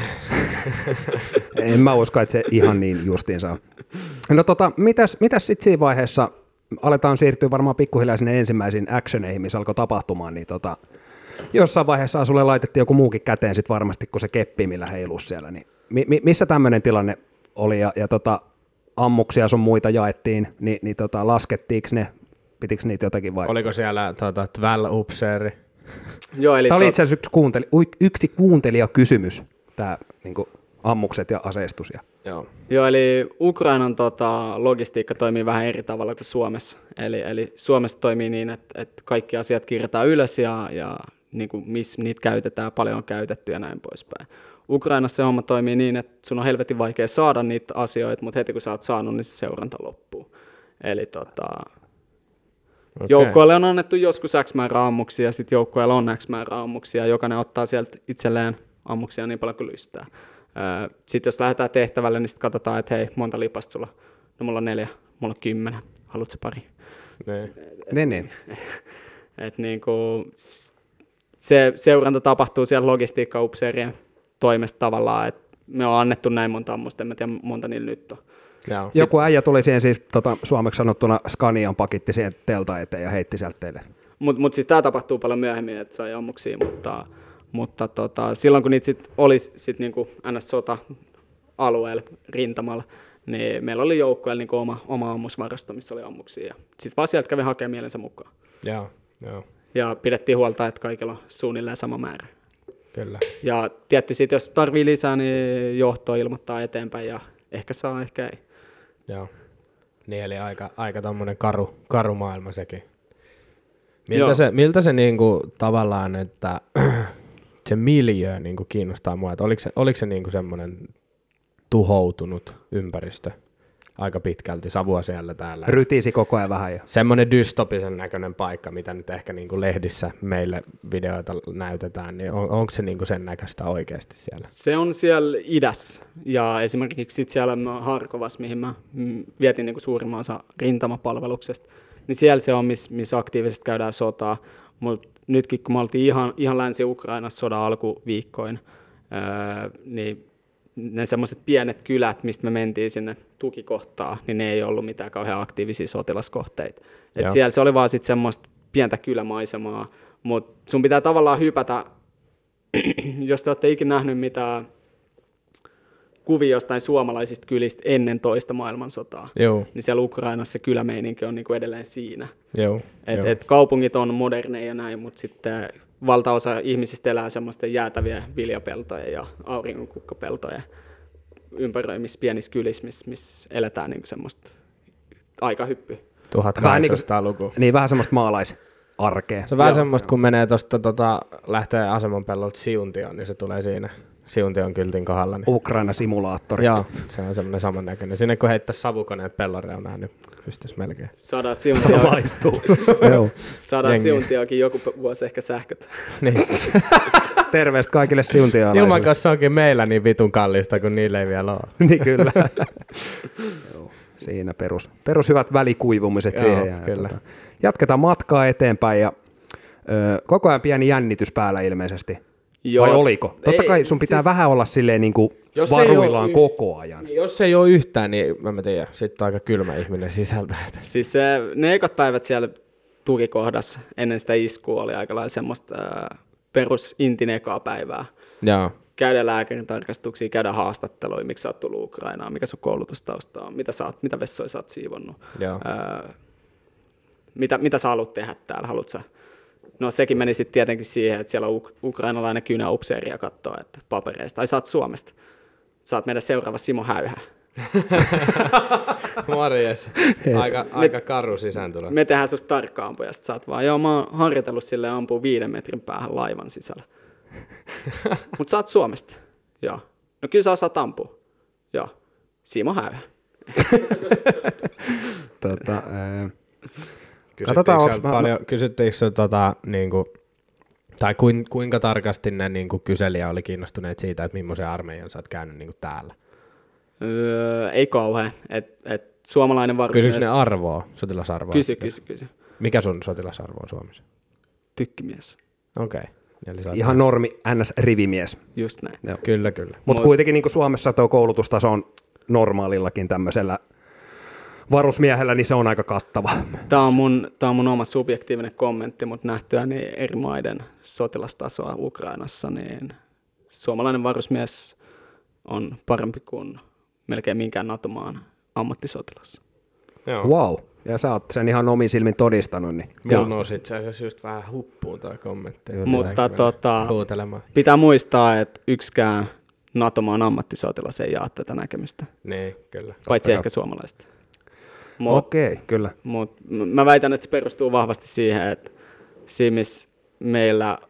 En mä usko, että se ihan niin justiinsa on. No tota, mitäs, mitäs sitten siinä vaiheessa, aletaan siirtyä varmaan pikkuhiljaa sinne ensimmäisiin actioneihin, missä alkoi tapahtumaan, niin tota, jossain vaiheessa sulle laitettiin joku muukin käteen sit varmasti kuin se keppi, millä heilus siellä. Niin mi- mi- missä tämmöinen tilanne oli ja, ja tota, ammuksia sun muita jaettiin, niin, niin tota, laskettiinko ne, pitikö niitä jotakin vai? Oliko siellä tota, Tväll-upseeri? Joo, eli Tämä oli tot... itse asiassa yksi, kuunteli, yksi kuuntelijakysymys, tämä niin ammukset ja aseistus. Ja. Joo. Joo, eli Ukrainan tota, logistiikka toimii vähän eri tavalla kuin Suomessa. Eli, eli Suomessa toimii niin, että, että kaikki asiat kirjataan ylös ja, ja niin kuin, missä niitä käytetään, paljon on käytetty ja näin poispäin. Ukrainassa se homma toimii niin, että sun on helvetin vaikea saada niitä asioita, mutta heti kun sä oot saanut, niin se seuranta loppuu. Eli tota, okay. Joukkoille on annettu joskus X määrä ammuksia, sitten joukkoilla on X määrä ammuksia, jokainen ottaa sieltä itselleen ammuksia niin paljon kuin lystää. Sitten jos lähdetään tehtävälle, niin sitten katsotaan, että hei, monta lipasta sulla? No mulla on neljä, mulla on kymmenen. Haluatko pari? Ne, ne. Et niinku, se seuranta tapahtuu siellä logistiikkaupseerien toimesta tavallaan, että me on annettu näin monta ammusta, en mä tiedä monta niillä nyt on. Joo. Joku äijä tuli siihen siis tota, suomeksi sanottuna Scanian pakitti siihen telta eteen ja heitti sieltä teille. Mutta mut siis tämä tapahtuu paljon myöhemmin, että sai ammuksia, mutta, mutta tota, silloin kun niitä sit olisi sit niinku N S-sota-alueella, rintamalla, niin meillä oli joukkoilla niinku oma, oma ammusvarasto, missä oli ammuksia. Sitten vaan sieltä kävi hakemaan mielensä mukaan. Joo, joo. Ja pidettiin huolta, että kaikilla on suunnilleen sama määrä. Kyllä. Ja tietty sitten, jos tarvii lisää, niin johto ilmoittaa eteenpäin ja ehkä saa, ehkä ei. Joo. Niin, eli aika, aika tommonen karu, karu maailma sekin. Miltä Joo. se, miltä se niinku tavallaan, että se miljöö niinku kiinnostaa mua, että oliko se, oliko se niinku semmoinen tuhoutunut ympäristö aika pitkälti, savua siellä täällä. Rytisi koko ajan vähän. Ja. Semmoinen dystopisen näköinen paikka, mitä nyt ehkä niinku lehdissä meille videoita näytetään, niin on, onko se niinku sen näköistä oikeasti siellä? Se on siellä idässä ja esimerkiksi sit siellä Harkovassa, mihin mä vietin niinku suurimman osa rintamapalveluksesta, niin siellä se on, missä miss aktiivisesti käydään sotaa, mutta nytkin kun me oltiin ihan, ihan Länsi-Ukrainassa sodan alkuviikkoin, öö, niin ne semmoiset pienet kylät, mistä me mentiin sinne tukikohtaan, niin ne ei ollut mitään kauhean aktiivisia sotilaskohteita. Et siellä se oli vaan sitten semmoista pientä kylämaisemaa, mutta sun pitää tavallaan hypätä, jos te olette ikinä nähnyt mitään kuvia jostain suomalaisista kylistä ennen toista maailmansotaa, Joo. niin siellä Ukrainassa se kylämeininki on niinku edelleen siinä. Joo. Et, Joo. et kaupungit on moderneja ja näin, mutta sitten valtaosa ihmisistä elää semmoisten jäätäviä viljapeltoja ja auringonkukkapeltoja ympäröimissä pienissä kylissä, missä miss eletään niinku semmoista aikahyppyä. tuhatkahdeksansataa-luku. Niin, vähän semmoista maalaisarkea. Se on vähän Joo. semmoista, kun menee tuosta tota, lähtee aseman pellolta Siuntioon, niin se tulee siinä Siuntion kyltin kohdalla. Niin. Ukraina-simulaattori. Joo, se on semmoinen samannäköinen. Sinne kun heittäisi savukoneet pellon reunaan, niin pystyisi melkein. Saadaan Siuntioon. Samaistuu. Saadaan Jengi. Siuntioonkin joku vuosi ehkä sähköt. Niin. Terveistä kaikille siuntioalaisille. Ilman kanssa onkin meillä niin vitun kallista, kun niillä ei vielä ole. Niin kyllä. Joo, siinä perus, perus hyvät välikuivumiset Joo, siihen. Ja, kyllä. Tota, jatketaan matkaa eteenpäin ja ö, koko ajan pieni jännitys päällä ilmeisesti. Joo. Vai oliko? Totta Ei, kai sun pitää siis- vähän olla silleen niin kuin Jos ei varuillaan oo- koko ajan. Niin, jos ei ole yhtään, niin mä en tiedä, sitten on aika kylmä ihminen sisältä. Siis se, ne ekat päivät siellä tukikohdassa ennen sitä iskua oli aika lailla semmoista äh, perus intin ekaa päivää. Joo. Käydä lääkärin tarkastuksia, käydä haastatteluja, miksi sä oot tullut Ukrainaan, mikä sun koulutustausta on, mitä, sä oot, mitä vessoja sä oot siivonnut, Joo. Ää, mitä, mitä sä haluat tehdä täällä, haluat sä? No sekin meni sitten tietenkin siihen, että siellä on uk- ukrainalainen kynäupseeri ja katsoo, että papereista, ai sä oot Suomesta, sä oot meidän seuraava Simo Häyhä. Morjes. Aika, aika karu sisääntulo. Me tehdään susta tarkka-ampuja, ja sit sä oot vaan, joo mä oon harjoitellut silleen ampua viiden metrin päähän laivan sisällä. Mut sä oot Suomesta. Joo. No kyllä sä osaat ampua. Joo. Simo Häyhä. Tota, ää, Kysyttiinkö Katsotaan, siellä onks mä- paljon, kysyttiinkö se, tota, niinku, tai kuin, kuinka tarkasti ne niinku, kyselijä oli kiinnostuneet siitä, että millaisen armeijan sä oot käynyt niinku, täällä? Öö, ei kauhean. Et, et suomalainen varusmies... Kysyykö ne arvoa, sotilasarvoa? Kysy, kysy, kysy. Mikä sun sotilasarvo on Suomessa? Tykkimies. Okei. Okay. ihan normi N S-rivimies. Just näin. Joo. Kyllä, kyllä. Mutta Mut- kuitenkin niin kuin Suomessa tuo koulutustaso on normaalillakin tämmöisellä varusmiehellä, niin se on aika kattava. Tämä on mun, tää on mun oma subjektiivinen kommentti, mutta nähtyäni eri maiden sotilastasoa Ukrainassa, niin suomalainen varusmies on parempi kuin melkein minkään NATO-maan ammattisotilas. Joo. Wow, ja sä oot sen ihan omin silmin todistanut. Niin. Mulla nousi itse asiassa just vähän huppuun toi kommentti. Mutta tota, Huutelemaan. pitää muistaa, että yksikään NATO-maan ammattisotilas ei jaa tätä näkemystä, Niin, kyllä. paitsi kai. ehkä suomalaiset. Mut, Okei, kyllä. mut mä väitän, että se perustuu vahvasti siihen, että siinä missä meillä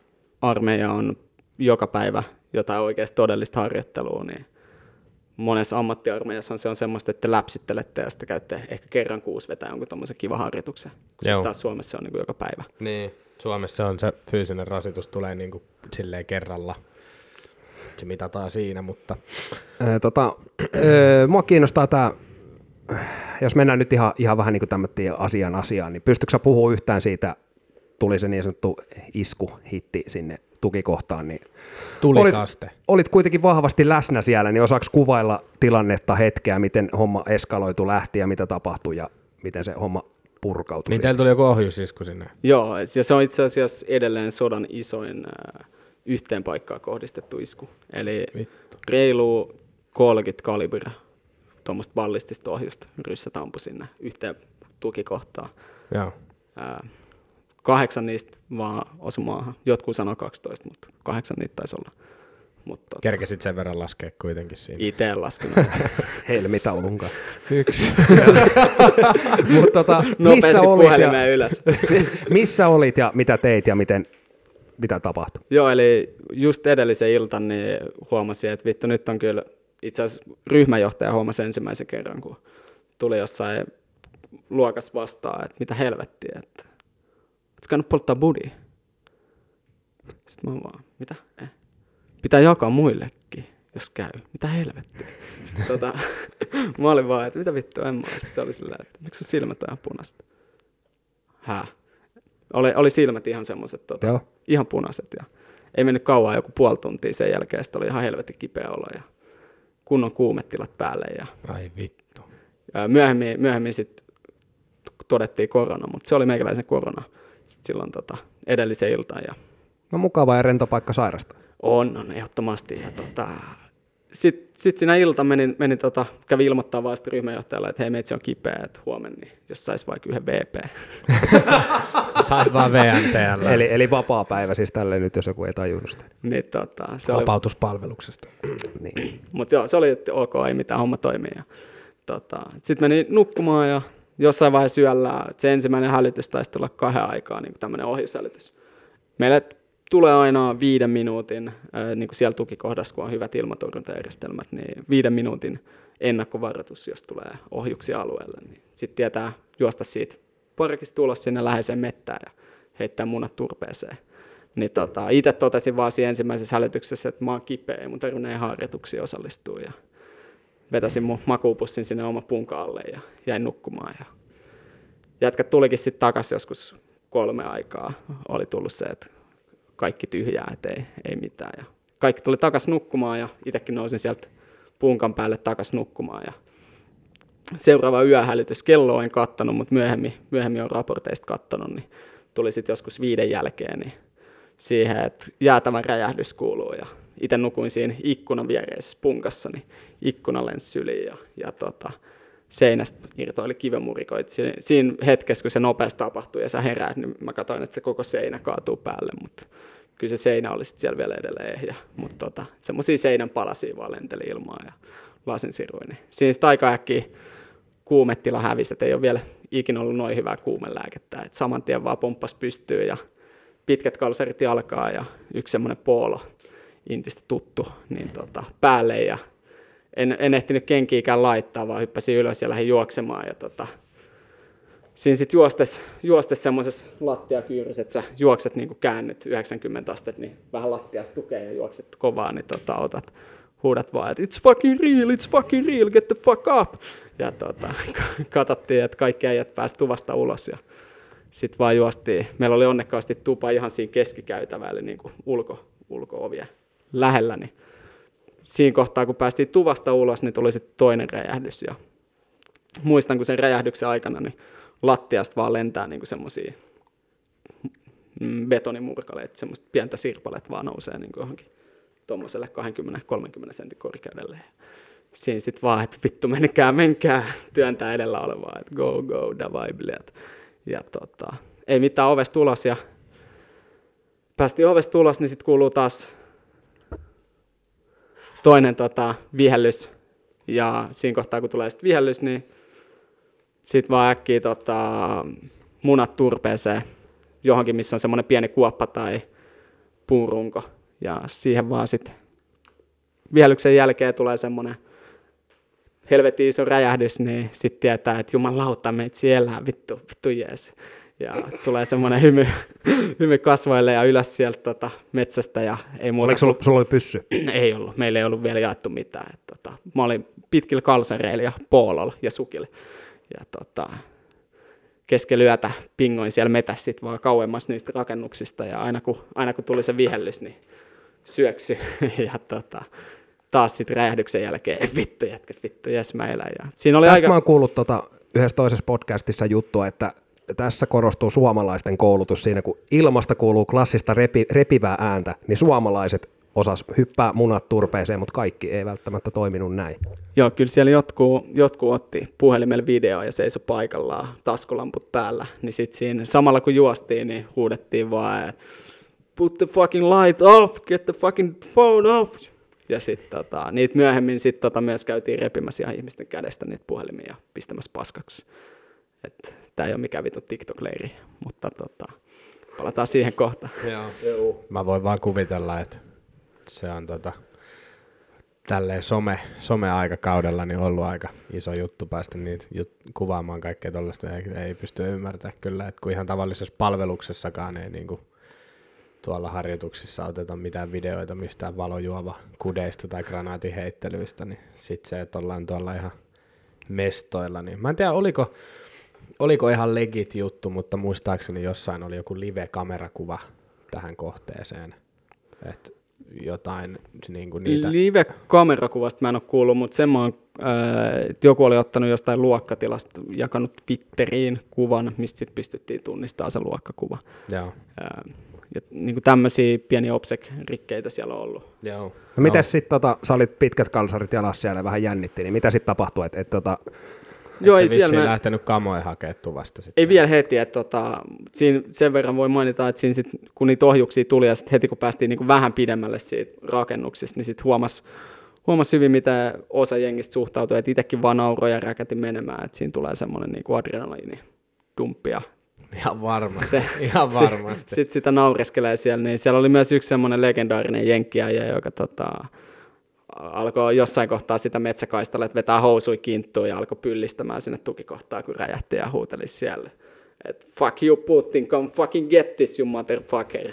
armeija on joka päivä jotain oikeasti todellista harjoittelua, niin monessa ammattiarmeijassa se on semmoista, että te läpsyttelette ja sitten käytte ehkä kerran kuusi vetää jonkun tommoisen kivan harjoituksen, kun sitten taas Suomessa se on niin kuin joka päivä. Niin, Suomessa on se fyysinen rasitus tulee niin kuin silleen kerralla. Se mitataan siinä, mutta... Öö, tota, öö, mua kiinnostaa tämä, jos mennään nyt ihan, ihan vähän niin kuin tämmöinen asian asiaan, niin pystytkö sä puhua yhtään siitä, tuli se niin sanottu iskuhitti sinne tukikohtaan, niin Tulikaste. Olit, olit kuitenkin vahvasti läsnä siellä, niin osaako kuvailla tilannetta, hetkeä, miten homma eskaloitu lähti ja mitä tapahtui ja miten se homma purkautui? Niin teillä tuli joku ohjusisku sinne? Joo, ja se on itse asiassa edelleen sodan isoin äh, yhteen paikkaan kohdistettu isku. Eli Vittu. reilu kolmekymmentä kalibria tuommoista ballistista ohjusta ryssät ampui sinne yhteen tukikohtaan. Joo. Äh, kahdeksan niistä vaan osui maahan. Jotkut sanoo kaksitoista, mutta kahdeksan niitä taisi olla. Mutta, kerkesit sen verran laskea kuitenkin siinä. Itse en laskenut. Helmitaulunkaan. Yksi. Mut tota, nopeasti puhelimeen ja, ylös. Missä olit ja mitä teit ja miten, mitä tapahtui? Joo, eli just edellisen iltan niin huomasin, että vittu nyt on kyllä itse asiassa ryhmäjohtaja huomasi ensimmäisen kerran, kun tuli jossain luokas vastaan, että mitä helvettiä, että oletko käynyt polttaa budia? Sitten mä vaan, mitä? Eh. Pitää jakaa muillekin, jos käy. Mitä helvettiä? Sitten tota, mä olin vaan, että mitä vittua en mä. Sitten se oli silleen, että miksi sun silmät on ihan punaiset? Hää? Oli, oli silmät ihan semmoiset, tota, ihan punaiset. Ja ei mennyt kauan, joku puoli tuntia sen jälkeen. Sitten oli ihan helvetin kipeä olo ja kunnon kuumetilat päälle. Ja, ai vittu. Ja myöhemmin, myöhemmin sitten todettiin korona, mutta se oli meikäläisen korona sitten silloin tota, edellisen iltaan. Ja no mukava ja rento paikka sairasta. On, on ehdottomasti. Ja tota, sitten sit siinä ilta menin, menin tota, kävi ilmoittaa vaan ryhmänjohtajalle, että hei meitsi on kipeä, että huomenna, niin jos sais vaikka yhden V P. Sait vaan V N T:llä. Eli, eli vapaa päivä siis tälleen nyt, jos joku ei tajunnut sitä. Niin, tota, se vapautuspalveluksesta. Niin. Mutta joo, se oli, että ok, ei mitään, homma toimii. Tota, sitten menin nukkumaan ja jossain vaiheessa yöllä, se ensimmäinen hälytys taisi tulla kahden aikaa, niin tämmöinen ohjushälytys. Meille tulee aina viiden minuutin, äh, niin kuin siellä tukikohdassa, kun on hyvät ilmatorjuntajärjestelmät, niin viiden minuutin ennakkovaroitus, jos tulee ohjuksia alueelle. Niin sitten tietää juosta siitä parkista ulos sinne läheiseen mettään ja heittää munat turpeeseen. Niin tota, itse totesin vaan siinä ensimmäisessä hälytyksessä, että mä oon kipeä, ei mun tarvitse näihin harjoituksiin osallistua. Ja vetäsin mun makuupussin sinne oma punka alle ja jäin nukkumaan. Ja jätkät tulikin sitten takaisin joskus kolme aikaa. Oli tullut se, että kaikki tyhjää, että ei, ei mitään. Ja kaikki tuli takaisin nukkumaan ja itsekin nousin sieltä punkan päälle takaisin nukkumaan. Ja seuraava yöhälytys, kello en kattonut, mutta myöhemmin, myöhemmin on raporteista kattonut, niin tuli sitten joskus viiden jälkeen niin siihen, että jäätävä räjähdys kuuluu. Ja itse nukuin siinä ikkunan viereisessä punkassa, niin ikkuna lensi syliin ja, ja tota, seinästä irtoili kivenmurikoit. Siinä, siinä hetkessä, kun se nopeasti tapahtui ja sä heräät, niin mä katsoin, että se koko seinä kaatuu päälle, mutta kyllä se seinä oli sitten siellä vielä edelleen ehjä. Mutta tota, semmoisia seinän palasia vaan lenteli ilmaan ja lasin siruin. Niin siinä sitten aika äkkiä kuumetila hävisi, että ei ole vielä ikinä ollut noin hyvää kuumelääkettä. Et saman tien vaan pomppasi pystyyn ja pitkät kalsarit jalkaa ja yksi semmoinen poolo, intistä tuttu, niin tota, päälle ja en, en ehtinyt kenkiikään laittaa, vaan hyppäsin ylös ja lähdin juoksemaan. Ja tota, siinä sitten juostes, juostes semmoisessa lattiakyyryssä, että sä juokset niin kuin käännyt yhdeksänkymmentä astetta, niin vähän lattiasta tukee ja juokset kovaa, niin tota, otat, huudat vaan, että it's fucking real, it's fucking real, get the fuck up. Ja tota, katsottiin, että kaikki äijät pääsi tuvasta ulos ja sitten vaan juostiin. Meillä oli onnekkaasti tupa ihan siinä keskikäytävällä, eli niin kuin ulko, ulko-ovien lähellä, niin siinä kohtaa, kun päästiin tuvasta ulos, niin tuli sitten toinen räjähdys. Ja muistan, kun sen räjähdyksen aikana niin lattiasta vaan lentää niin semmoisia betonimurkaleita, semmoista pientä sirpalet vaan nousee niin johonkin tuommoiselle kaksikymmentä kolmekymmentä sentin korkeudelle. Siinä sitten vaan, että vittu menkää, menkää, työntää edellä olevaa, että go, go, davai, biljat. Ja tota, ei mitään ovesta ulos ja päästiin ovesta ulos, niin sitten kuuluu taas toinen tota, vihellys. Ja siinä kohtaa, kun tulee sitten vihellys, niin sitten vaan äkkiä tota, munat turpeeseen johonkin, missä on semmoinen pieni kuoppa tai puurunko. Ja siihen vaan sitten vihelyksen jälkeen tulee semmoinen helvetin iso räjähdys, niin sitten tietää, että jumalauta, meitä siellä, vittu, vittu jees. Ja tulee semmoinen hymy, hymy kasvoille ja ylös sieltä tota, metsästä. Ja ei muuta. Oliko sulla, sulla oli pyssy? Ei ollut, meillä ei ollut vielä jaettu mitään. Et, tota, mä olin pitkillä kalsareilla ja poololla ja sukilla. Ja tota, keskellä yötä pingoin siellä metässä sit vaan kauemmas niistä rakennuksista. Ja aina kun, aina kun tuli se vihellys, niin syöksy. ja tota, taas sitten räjähdyksen jälkeen, vittu jätkät, vittu, jes mä elän. Ja siinä oli Tästä aika... mä oon kuullut tota, yhdessä toisessa podcastissa juttua, että tässä korostuu suomalaisten koulutus siinä, kun ilmasta kuuluu klassista repi, repivää ääntä, niin suomalaiset osas hyppää munat turpeeseen, mutta kaikki ei välttämättä toiminut näin. Joo, kyllä siellä jotkut, jotkut otti puhelimella videoa ja seisoi paikallaan, taskulamput päällä, niin sitten siinä samalla kun juostiin, niin huudettiin vaan, put the fucking light off, get the fucking phone off. Ja sitten tota, niitä myöhemmin sit tota myös käytiin repimässä ihan ihmisten kädestä niitä puhelimia ja pistämässä paskaksi. Tämä ei ole mikään vittu TikTok-leiri, mutta tota, palataan siihen kohtaan. Joo. Mä voin vaan kuvitella, että se on tota, tälleen some, some-aikakaudella niin ollut aika iso juttu päästä niitä jut- kuvaamaan kaikkea tollaista. Ei, ei pysty ymmärtämään kyllä, että kun ihan tavallisessa palveluksessakaan ei niin kuin tuolla harjoituksissa oteta mitään videoita mistään valojuova kudeista tai granaatiheittelyistä, niin sitten se, että ollaan tuolla ihan mestoilla. Niin mä en tiedä, oliko, oliko ihan legit juttu, mutta muistaakseni jossain oli joku live-kamerakuva tähän kohteeseen. Että jotain niin kuin niitä... Live-kamerakuvasta mä en ole kuullut, mutta sen mä oon, että joku oli ottanut jostain luokkatilasta, jakanut Twitteriin kuvan, mistä sitten pystyttiin tunnistamaan se luokkakuva. Joo. Ää, ja niin kuin tämmöisiä pieniä obsec-rikkeitä siellä on ollut. Joo. No mites sitten, tota, sä olit pitkät kalsarit jalassa siellä ja vähän jännitti, niin mitä sitten tapahtui? Et, et, tota... Joo, ei vissiin siellä mä... lähtenyt kamoja hakemaan tuvasta sitten. Ei vielä heti, että tota, siinä sen verran voi mainita, että siinä sit, kun niitä ohjuksia tuli ja sit heti kun päästiin niin kuin vähän pidemmälle siitä rakennuksista, niin sitten huomasi huomas hyvin, mitä osa jengistä suhtautui, että itsekin vaan nauroi ja räkäti menemään, että siinä tulee semmoinen niin kuin adrenaliinidumppi. Ihan varmasti. Se, Ihan varmasti. Sitten sit sitä naureskelee siellä, niin siellä oli myös yksi semmoinen legendaarinen jenkkiäjä, joka tota, alkoi jossain kohtaa sitä metsäkaistalla, että vetää housui kinttuun ja alkoi pyllistämään sinne tukikohtaan, kun räjähti ja huuteli siellä. Et fuck you Putin, come fucking get this you motherfucker.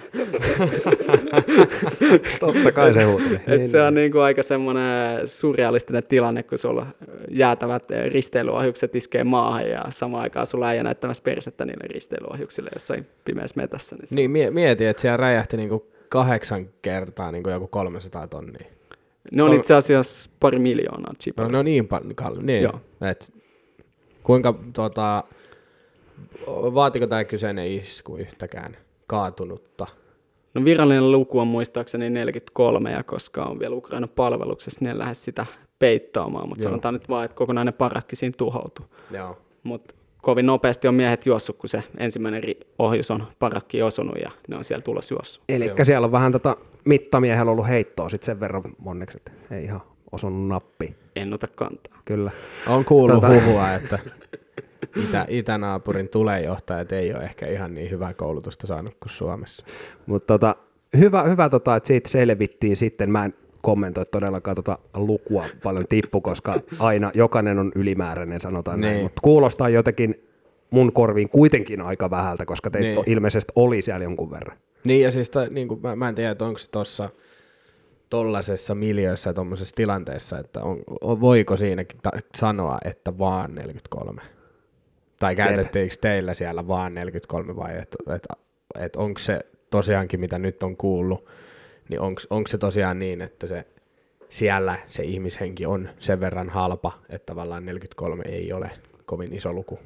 Totta kai se huuteli. Et se on niinku aika semmoinen surrealistinen tilanne, kun sulla jäätävät risteilyohjukset iskee maahan ja samaan aikaan sulla ei näyttämässä persettä niille risteilyohjuksille jossain pimeässä metässä. Niin, niin mie- mieti, että siellä räjähti niinku kahdeksan kertaa niinku joku kolmesataa tonnia. Ne on itse asiassa pari miljoonaa chipoja. No ne on niin paljon kalli. Niin. Joo. Et, kuinka tota, vaatiko tämä kyseinen isku yhtäkään kaatunutta? No virallinen luku on muistaakseni neljäkymmentäkolme, ja koska on vielä Ukrainan palveluksessa, niin en lähde sitä peittaamaan, mutta sanotaan nyt vaan, että kokonainen parakki siinä tuhoutui. Joo. Mutta kovin nopeasti on miehet juossut, kun se ensimmäinen ri- ohjus on parakkiin osunut, ja ne on siellä tulos juossut. Eli siellä on vähän tota mittamiehellä ollut heittoa sit sen verran onneksi, että ei ihan osunut nappi. En ota kantaa. Kyllä. On kuullut Tota- huhua, että itä, itänaapurin tulejohtajat ei ole ehkä ihan niin hyvää koulutusta saanut kuin Suomessa. Mutta tota, hyvä, hyvä tota, että siitä selvittiin sitten. Mä en kommentoi todellakaan tota lukua paljon tippu, koska aina jokainen on ylimääräinen, sanotaan näin. Niin. Mutta kuulostaa jotenkin mun korviin kuitenkin aika vähältä, koska teitä Niin. ilmeisesti oli siellä jonkun verran. Niin ja siis ta, niin kuin, mä, mä en tiedä, että onko se tuossa tollaisessa miljöössä ja tuommoisessa tilanteessa, että on, on, voiko siinäkin ta- sanoa, että vaan neljäkymmentäkolme? Tai käytettiinkö teillä siellä vaan neljäkymmentäkolme vai että et, et onko se tosiaankin, mitä nyt on kuullut, niin onko se tosiaan niin, että se siellä se ihmishenki on sen verran halpa, että tavallaan neljäkymmentäkolme ei ole kovin iso luku?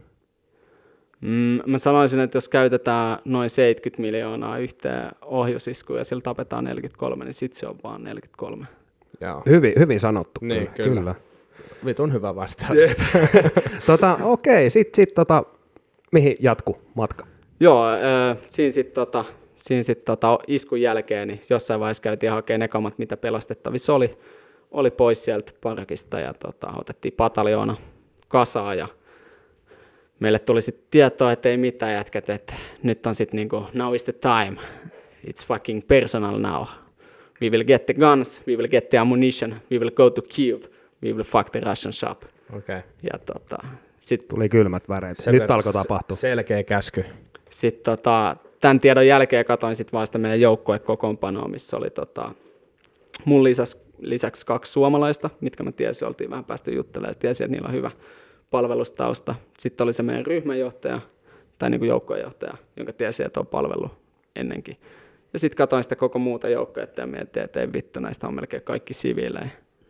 Mm, mä sanoisin, että jos käytetään noin seitsemänkymmentä miljoonaa yhteen ohjusiskuun ja sillä tapetaan neljäkymmentäkolme, niin sitten se on vaan neljäkymmentäkolme. Joo. Hyvin, hyvin sanottu. Niin, kyllä. kyllä. kyllä. Vitun hyvä vastaus. tota, okei, sitten sit, tota, mihin jatku matka? Joo, äh, siinä sitten tota, siinä sit, tota, iskun jälkeen niin jossain vaiheessa käytiin hakemaan ne kamat, mitä pelastettavissa oli, oli pois sieltä parakista ja tota, otettiin pataljoona kasaan ja meille tuli sitten tietoa, että ei mitään jätkät, että nyt on sitten niinku now is the time. it's fucking personal now. We will get the guns, we will get the ammunition, we will go to Kyiv, we will fuck the Russian shop. Okay. Ja tota, sit, Tuli kylmät väreet. Sen Nyt verran alkoi tapahtua. Selkeä käsky. sit, tota, tämän tiedon jälkeen katsoin sit vaan sitä meidän joukkuekokoonpanoa, missä oli tota, mun lisäksi, lisäksi kaksi suomalaista, mitkä mä tiesin, oltiin vähän päästy juttelemaan, tiesin, että niillä on hyvä palvelustausta. Sitten oli se meidän ryhmänjohtaja, tai niin kuin joukkuejohtaja, jonka tiesi, että on palvellut ennenkin. Ja sitten katsoin sitä koko muuta joukkuetta ja mietin, että ei vittu, näistä on melkein kaikki siviilejä.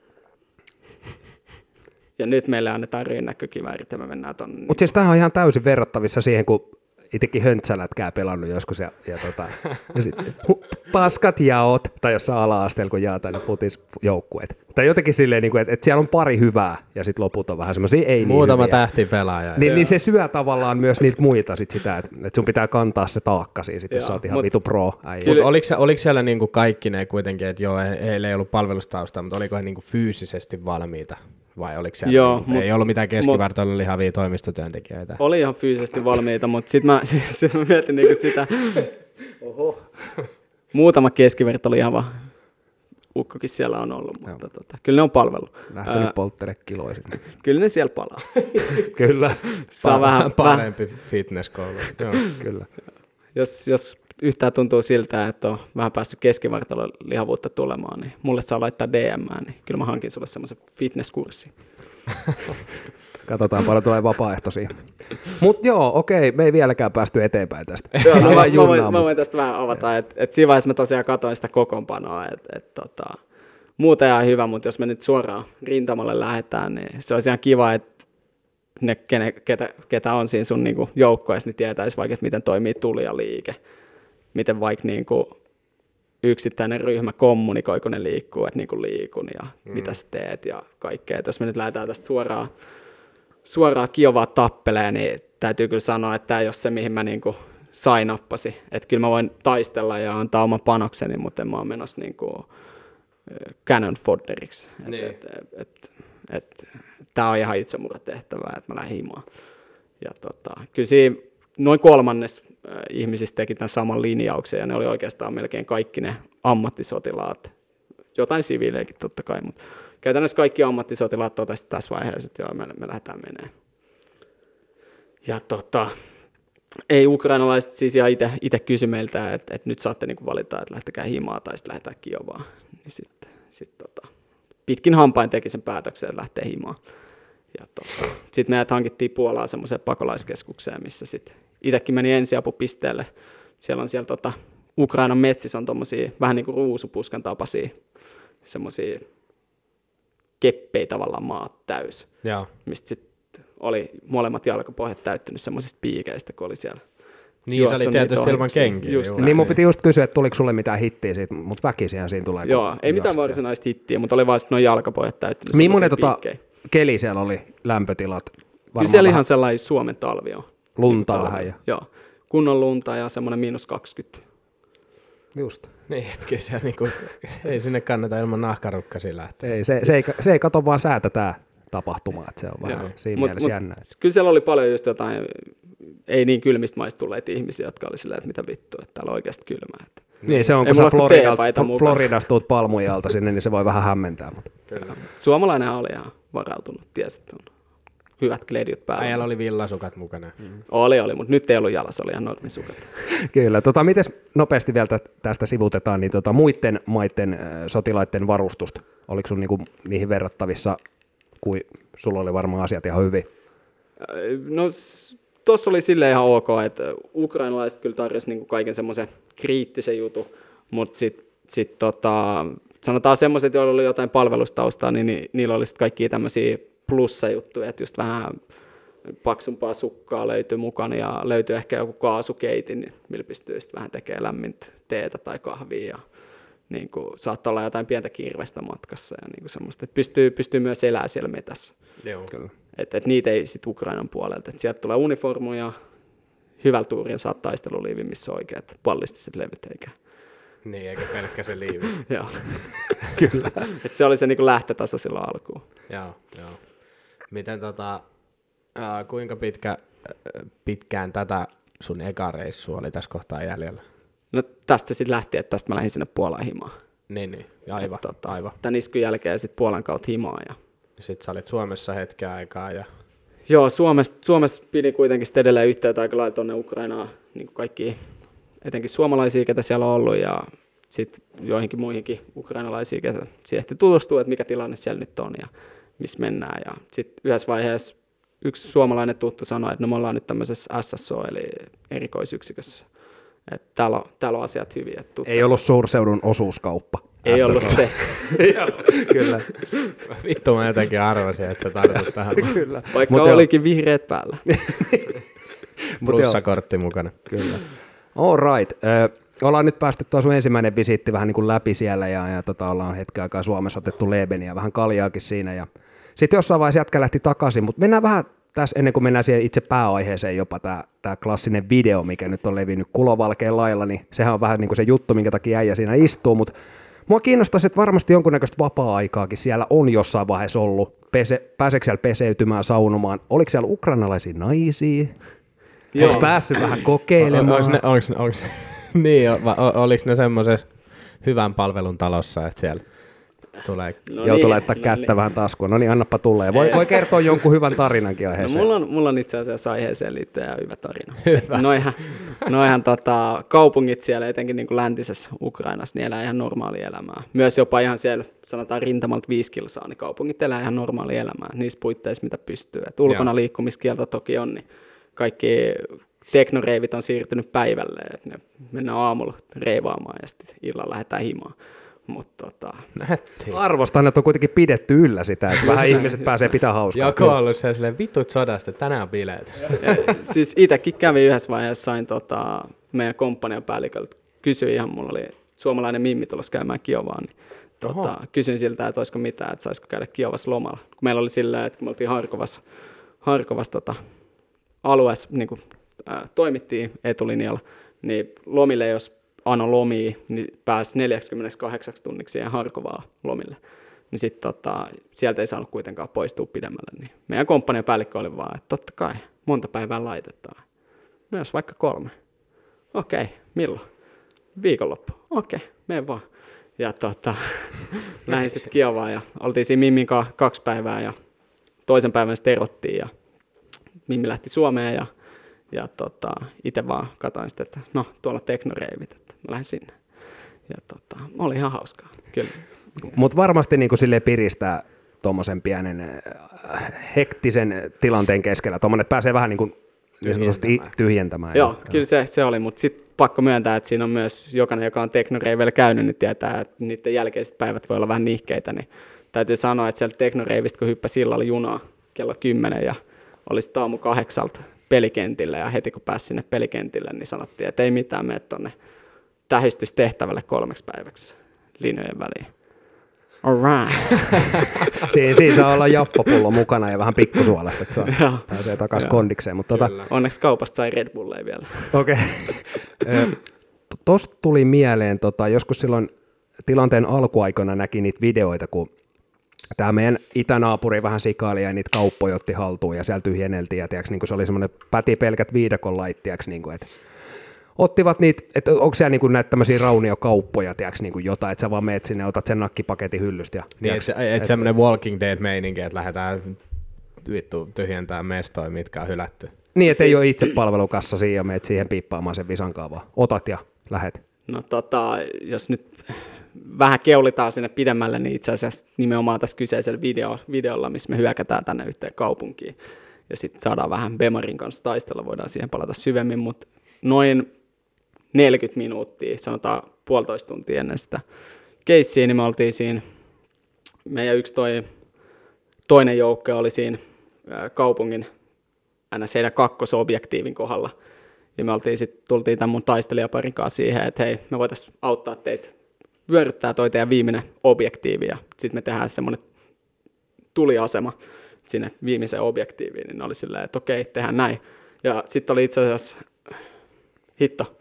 Ja nyt meille annetaan rynnäkkökiväärit ja me mennään tonne. Mutta siis tämähän on ihan täysin verrattavissa siihen, kun itsekin höntsälätkää pelannut joskus ja, ja, tota, ja sit, hu, paskat jaot, tai jossain ala-asteella, kun jaat aina futisjoukkueet. Tai jotenkin silleen, niin että et siellä on pari hyvää ja sitten loput on vähän semmoisia ei Muutama niin hyviä. tähtipelaaja. Niin, niin se syö tavallaan myös niiltä muita sit sitä, että et sun pitää kantaa se taakka siinä, sit, jos Joo, sä oot ihan mut- vitu pro äijä. Mutta oliko, se- oliko siellä niinku kaikki ne kuitenkin, että joo, he- heillä ei ollut palvelustaustaa, mutta oliko he niinku fyysisesti valmiita? Vai oliko siellä, Joo, niinku, mut- ei ollut mitään keskivartalolla lihavia toimistotyöntekijöitä? Oli ihan fyysisesti valmiita, mutta sitten mä, sit mä mietin niinku sitä. Oho. Muutama keskiverto oli ihan vaan. Ukkokin siellä on ollut, mutta tota, kyllä ne on palvellut. Lähtenyt Ää, polttele kiloisin. Kyllä ne siellä palaa. Kyllä, Saa vähän, vähän, Parempi fitnesskoulu. Joo. kyllä. jos, jos yhtään tuntuu siltä, että on vähän päässyt keskivartalon lihavuutta tulemaan, niin mulle saa laittaa D M:ään, niin kyllä mä hankin sulle semmoisen fitnesskurssin. Katsotaan paljon tulee vapaaehtoisia. Mutta joo, okei, me ei vieläkään päästy eteenpäin tästä. Joo, no, mä, Aivan mä, junnaa, voin, mä mut- voin tästä vähän avata, että et siinä vaiheessa mä tosiaan katsoin sitä kokoonpanoa, että et, tota, muuta ihan hyvä, mutta jos me nyt suoraan rintamalle lähdetään, niin se olisi ihan kiva, että ne, kene, ketä, ketä on siinä sun niinku, joukkoissa, niin tietäisi vaikka, että miten toimii tulijaliike, miten vaikka niinku, yksittäinen ryhmä kommunikoi, kun ne liikkuu, että niinku liikun ja mm. mitä sä teet ja kaikkea. Et jos me nyt lähdetään tästä suoraan, suoraan Kiovaa tappeleen, niin täytyy kyllä sanoa, että tämä ei ole se, mihin mä niinku sainappasin. Että kyllä mä voin taistella ja antaa oman panokseni, mutta en mä oon menossa niinku cannon fodderiksi. Niin. Et, et, et, et, tämä on ihan itsemurhatehtävää, että mä lähden himaan. Ja tota, kyllä siinä noin kolmannes äh, ihmisistä teki tämän saman linjauksen, ja ne oli oikeastaan melkein kaikki ne ammattisotilaat. Jotain siviilejäkin totta kai, mutta käytännössä kaikki ammattisotilaat totesivat tässä vaiheessa, että joo, me, me lähdetään menee. Ja tota, ei ukrainalaiset siis ihan itse kysy meiltä, että, että nyt saatte niinku valita, että lähtekää himaa tai sitten lähdetään Kiovaan. Niin sitten sit tota, pitkin hampain teki sen päätöksen, että lähtee himaan. Ja tota, sitten meidät hankittiin Puolaan semmoiseen pakolaiskeskukseen, missä sitten itsekin meni ensiapupisteelle. Siellä on siellä tota, Ukrainan metsissä on tommosia vähän niin kuin ruusupuskan tapaisia semmoisia keppejä tavallaan maat täys, Joo. mistä sitten oli molemmat jalkapohjat täyttynyt semmoisista piikeistä, kun oli siellä. Niin, se juossut oli niitä tietysti ilman ohjuksia. kenkiä. Just juu. Niin mun piti just kysyä, että tuliko sulle mitään hittiä siitä, mutta väkisihän siinä tulee. Joo, kun ei mitään juoksut siellä. varsinaista hittiä, mutta oli vaan sitten noin jalkapohjat täyttynyt Millainen semmoisia tota, piikkejä. keli siellä oli, lämpötilat? Kyllä Varmaan siellä vähän ihan sellainen Suomen talvi on. lunta Talvi. vähän. Ja... Joo, kunnon lunta ja semmoinen miinus kaksikymmentä. Just. Niin, että kyllä se niinku, ei sinne kannata ilman nahkarukkasia lähteä. Ei, se, se, ei, se ei kato vaan säätä tämä tapahtuma, että se on vähän Joo. siinä Mut- mielessä mut jännä. Kyllä siellä oli paljon just jotain, ei niin kylmistä maista tulleita ihmisiä, jotka oli silleen, että mitä vittua, että täällä on oikeasti kylmää. Että Niin se on, Ei kun sä mulla ole kuin Floridalta, teepaita mukana. Floridasta tuut palmujen alta sinne, niin se voi vähän hämmentää. Mutta. kyllä. Suomalainen oli ihan varautunut, tiesi, että on hyvät klediot päällä. Äijällä oli villasukat mukana. Mm. Oli, oli, mutta nyt ei ollut jalassa, oli ihan normisukat. Kyllä. Tota, mites nopeasti vielä tä- tästä sivutetaan, niin tota, muiden maiden äh, sotilaiden varustusta, oliko sun niinku niihin verrattavissa, kuin sulla oli varmaan asiat ihan hyvin? No tuossa oli silleen ihan ok, että ukrainalaiset kyllä tarjosi niinku kaiken semmoisen kriittisen jutun, mutta sitten sit tota, sanotaan semmoiset, joilla oli jotain palvelustaustaa, niin ni, niillä oli sitten kaikkia tämmöisiä plussajuttuja, että just vähän paksumpaa sukkaa löytyi mukana ja löytyi ehkä joku kaasukeitin, niin millä pystyy sitten vähän tekemään lämmintä teetä tai kahvia ja niin kuin, saattaa olla jotain pientä kirvestä matkassa ja niin kuin semmoista, että pystyy, pystyy myös elämään siellä metässä. Joo. Kyllä. Että et niitä ei sitten Ukrainan puolelta. Et sieltä tulee uniformuja, hyvällä tuurin saat taisteluliivin, missä on oikeat ballistiset levyt, eikä. Niin, eikä pelkkä se liivi. Joo. Kyllä. Et se oli se niinku lähtötaso silloin alkuun. Joo, joo. Miten tota, ää, kuinka pitkä, ää, pitkään tätä sun eka reissua oli tässä kohtaa jäljellä? No tästä se sitten lähti, että tästä mä lähdin sinne Puolaan himaan. Niin, niin. Aivan, tota, aivan. Tämän iskun jälkeen sitten Puolan kautta himaan. Ja... Sitten sä olit Suomessa hetken aikaa. Ja... Joo, Suomessa, Suomessa pidi kuitenkin sitten edelleen yhteyttä aika lailla tuonne Ukrainaan, niin kuin kaikki, etenkin suomalaisia, ketä siellä on ollut, ja sitten joihinkin muihinkin ukrainalaisia, ketä siihen ehti tutustua, että mikä tilanne siellä nyt on ja missä mennään. Ja sitten yhdessä vaiheessa yksi suomalainen tuttu sanoi, että no me ollaan nyt tämmöisessä S S O, eli erikoisyksikössä. Että täällä on, täällä on asiat hyvin. Että ei ollut suurseudun osuuskauppa. Ei S S O. Ollut se. Kyllä. Vittu mä jotenkin arvasin, että sä tartut tähän. Kyllä. Vaikka Mut olikin jo. Vihreät päällä. Plussakortti mukana. Kyllä. All right. Ö, ollaan nyt päästy tuo sun ensimmäinen visiitti vähän niin kuin läpi siellä ja, ja tota, ollaan hetken aikaa Suomessa otettu Lebeniä ja vähän kaljaakin siinä. Ja sitten jossain vaiheessa jätkä lähti takaisin, mutta mennään vähän tässä ennen kuin mennään siihen itse pääaiheeseen jopa tämä, tämä klassinen video, mikä nyt on levinnyt kulovalkeen lailla, niin sehän on vähän niin kuin se juttu, minkä takia äijä siinä istuu, mutta mua kiinnostaisi, että varmasti jonkunnäköistä vapaa-aikaakin siellä on jossain vaiheessa ollut. Pese, pääseekö siellä peseytymään, saunomaan? Oliko siellä ukrainalaisia naisia? Onko päässyt vähän kokeilemaan? Onko ne, onks, onks, niin, oliko ne semmoisessa hyvän palvelun talossa, että siellä tulee... No Joutuu niin, laittaa no kättä niin. vähän taskuun. No niin, annappa tulla. Ja voi, voi kertoa jonkun hyvän tarinankin aiheeseen. No mulla on, mulla on itse asiassa aiheeseen liittyen ihan hyvä tarina. Noihän, noihän tota, kaupungit siellä, etenkin niin kuin läntisessä Ukrainassa, niin elää ihan normaalia elämää. Myös jopa ihan siellä, sanotaan rintamalta viisi kilsaa, niin kaupungit elää ihan normaalia elämää niissä puitteissa, mitä pystyy. Et ulkona Joo. liikkumiskielto toki on, niin kaikki teknoreivit on siirtynyt päivälle. Et ne mennään aamulla reivaamaan ja sitten illalla lähdetään himaan. Mutta tota... Arvostan, että on kuitenkin pidetty yllä sitä, että vähän ihmiset pääsee pitämään hauskaa. Joku on ollut silleen vitut sodasta, tänään on bileet. Siis itsekin kävin yhdessä vaiheessa, sain tota, meidän komppanian päälliköltä, kysyin ihan, mulla oli suomalainen mimmi tulossa käymään Kiovaan, niin tota, kysyin siltä, että olisiko mitään, että saisiko käydä Kiovassa lomalla. Kun meillä oli silleen, että kun me oltiin Harkovassa, Harkovassa tota, alueessa, niin kuin ää, toimittiin etulinjalla, niin lomille, jos ano lomia, niin pääsi neljäkymmentäkahdeksan tunniksi siihen Harkovaan lomille. Niin sitten tota, sieltä ei saanut kuitenkaan poistua pidemmälle. Niin meidän komppanian päällikkö oli vaan, että totta kai, monta päivää laitetaan. No jos vaikka kolme. Okei, milloin? Viikonloppu. Okei, mene vaan. Ja tota, lähdin sitten Kiovaan ja oltiin siinä Mimmin kanssa kaksi päivää ja toisen päivän sitten erottiin ja Mimmi lähti Suomeen ja Ja tota, itse vaan katsoin sitten, että no tuolla teknoreivit, että mä lähdin sinne. Ja tota, oli ihan hauskaa, kyllä. Mutta varmasti niin silleen piristää tuommoisen pienen hektisen tilanteen keskellä, tuommoinen, että pääsee vähän niin kuin tyhjentämään. tyhjentämään. Joo, ja, kyllä se, se oli, mutta sitten pakko myöntää, että siinä on myös jokainen, joka on teknoreiveillä käynyt, niin tietää, että niiden jälkeiset päivät voi olla vähän nihkeitä, niin täytyy sanoa, että sieltä teknoreivistä, kun hyppäsi illalla junaa kello kymmenen ja olisi aamu kahdeksalta, pelikentille ja heti kun pääsi sinne pelikentille, niin sanottiin, että ei mitään, mene tuonne tähystystehtävälle kolmeksi päiväksi linjojen väliin. All right. Siinä, siinä saa olla jaffapullo mukana ja vähän pikkusuolasta, että saa, pääsee takaisin kondikseen. Mutta tota... Onneksi kaupasta sai Red Bulleja vielä. Okei. Okay. Tuosta tuli mieleen, tota, joskus silloin tilanteen alkuaikoina näki niitä videoita, kun tämä meidän itänaapuri vähän sikaili ja niitä kauppoja otti haltuun ja siellä tyhjenneltiin ja tiiäks, niin se oli semmoinen päti pelkät viidakon lait, tiiäks, niin kuin, että ottivat niitä, että onko siellä niin näitä tämmöisiä rauniokauppoja, tiiäks, niin kuin jotain, että sä vaan meet sinne, otat sen nakkipaketin hyllystä. Ja, niin, että et, et semmoinen Walking Dead-meininki, että lähdetään vittu tyhjentämään mestoja, mitkä on hylätty. Niin, että siis... ei ole itsepalvelukassa siinä ja meet siihen piippaamaan sen visankaan, vaan otat ja lähet. No tota, jos nyt vähän keulitaan sinne pidemmälle, niin itse asiassa nimenomaan tässä kyseisellä video, videolla, missä me hyökätään tänne yhteen kaupunkiin ja sitten saadaan vähän Bemarin kanssa taistella, voidaan siihen palata syvemmin, mutta noin neljäkymmentä minuuttia, sanotaan puolitoista tuntia ennen sitä keissiä, niin me oltiin siinä, meidän yksi toi, toinen joukko oli siinä kaupungin aina siellä kakkosobjektiivin kohdalla, ja me oltiin sitten, tultiin tämän mun taistelijaparin kanssa siihen, että hei, me voitaisiin auttaa teitä vyöryttää toi teidän viimeinen objektiivi, ja sitten me tehdään semmoinen tuliasema sinne viimeiseen objektiiviin, niin ne oli silleen, että okei, tehdään näin. Ja sitten oli itse asiassa, hitto,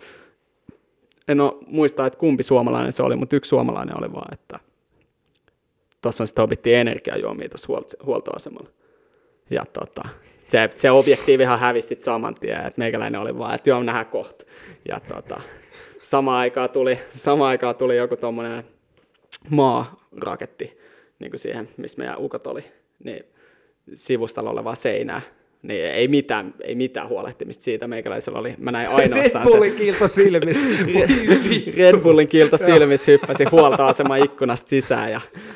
en ole muista, että kumpi suomalainen se oli, mutta yksi suomalainen oli vaan, että tuossa on sitten opittiin energiajuomia tuossa huol- huoltoasemalla. Ja tota, se, se objektiivihan hävisi sitten saman tien, että meikäläinen oli vaan, että joo, nähdään kohta. Ja tota, samaan aikaan tuli, samaan aikaan tuli joku tommonen maaraketti niin kuin siihen, missä meidän ukot oli, niin sivustalla olevaa seinää. Niin ei mitään, ei mitään huolehtimista siitä. Meikäläisellä oli, mä näin ainoastaan Red Bullin kiilto silmissä. Red Bullin kiilto silmissä hyppäsi huoltoaseman ikkunasta sisään. Ja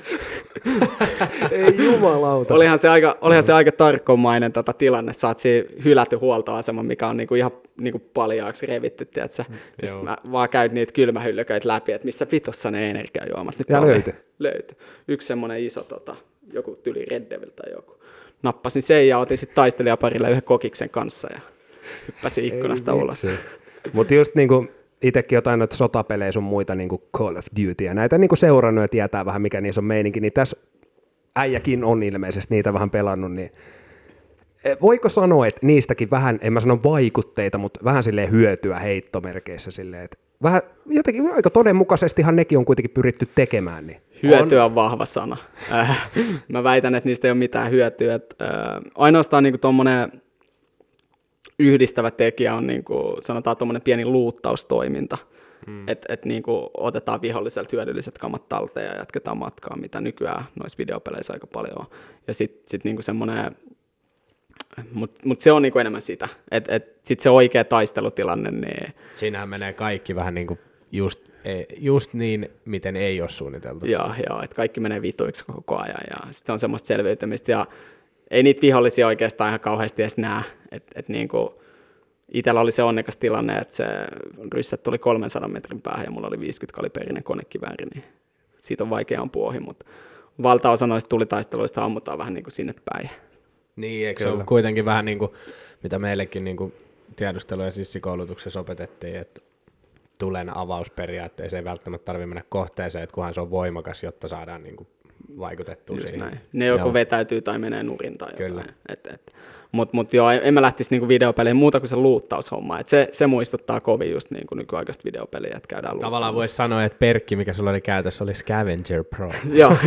ei jumalauta. Olihan se aika, olihan se aika tarkkomainen tota tilanne. Sä oot siinä hylätty huoltoaseman, mikä on niinku ihan niinku paljaaksi revitty, tiiätsä. Sitten mä vaan käyn niitä kylmähyllyköitä läpi, että missä vitossa ne energiajuomat nyt ja on. löytyi. Löytyi. Yksi semmoinen iso, tota, joku tyli Red Devil tai joku. Nappasin sen ja otin sitten taistelijaparille yhden kokiksen kanssa ja hyppäsin ikkunasta ulos. Mutta just niinku itsekin jotain noita sotapelejä sun muita niinku Call of Duty ja näitä niinku seurannut ja tietää vähän mikä niissä on meininki, niin tässä äijäkin on ilmeisesti niitä vähän pelannut, niin voiko sanoa, että niistäkin vähän, en mä sano vaikutteita, mutta vähän silleen hyötyä heittomerkeissä silleen, että vähän jotenkin aika todenmukaisestihan nekin on kuitenkin pyritty tekemään. Niin. Hyötyä on vahva sana. Äh, mä väitän, että niistä ei ole mitään hyötyä. Että, äh, ainoastaan niinku tommonen yhdistävä tekijä on niinku, sanotaan tommonen pieni luuttaustoiminta. Mm. Että et niinku otetaan viholliselta hyödylliset kamat talteen ja jatketaan matkaa, mitä nykyään noissa videopeleissä aika paljon on. Ja sitten sit niinku semmoinen, mutta mut se on niinku enemmän sitä, että et sitten se oikea taistelutilanne. Niin siinähän menee kaikki vähän niin kuin just, just niin, miten ei ole suunniteltu. Joo, joo, että kaikki menee vituiksi koko ajan ja sitten se on semmoista selviytymistä ja ei niitä vihollisia oikeastaan ihan kauheasti edes näe. Että et niinku, itsellä oli se onnekas tilanne, että se ryssät tuli kolmensadan metrin päähän ja mulla oli viisikymmentä kaliberinen konekivääri, niin siitä on vaikea ampua ohi, mutta valtaosa noista tulitaisteluista ammutaan vähän niin kuin sinne päin. Niin, eikö se ole kuitenkin vähän niin kuin, mitä meillekin niin kuin tiedustelu- ja sissikoulutuksessa opetettiin, että tulen avausperiaatteeseen ei välttämättä tarvitse mennä kohteeseen, että kunhan se on voimakas, jotta saadaan niin kuin vaikutettua just siihen. Näin. Ne joko vetäytyy tai menee nurin tai Kyllä. jotain. Et, et. Mutta mut joo, en mä lähtisi niinku videopeleihin muuta kuin se luuttaushomma. Et se, se muistuttaa kovin just niinku nykyaikaista videopeliä, että käydään luuttaamassa. Tavallaan voisi sanoa, että perkki, mikä sulla oli käytössä, oli Scavenger Pro. Joo.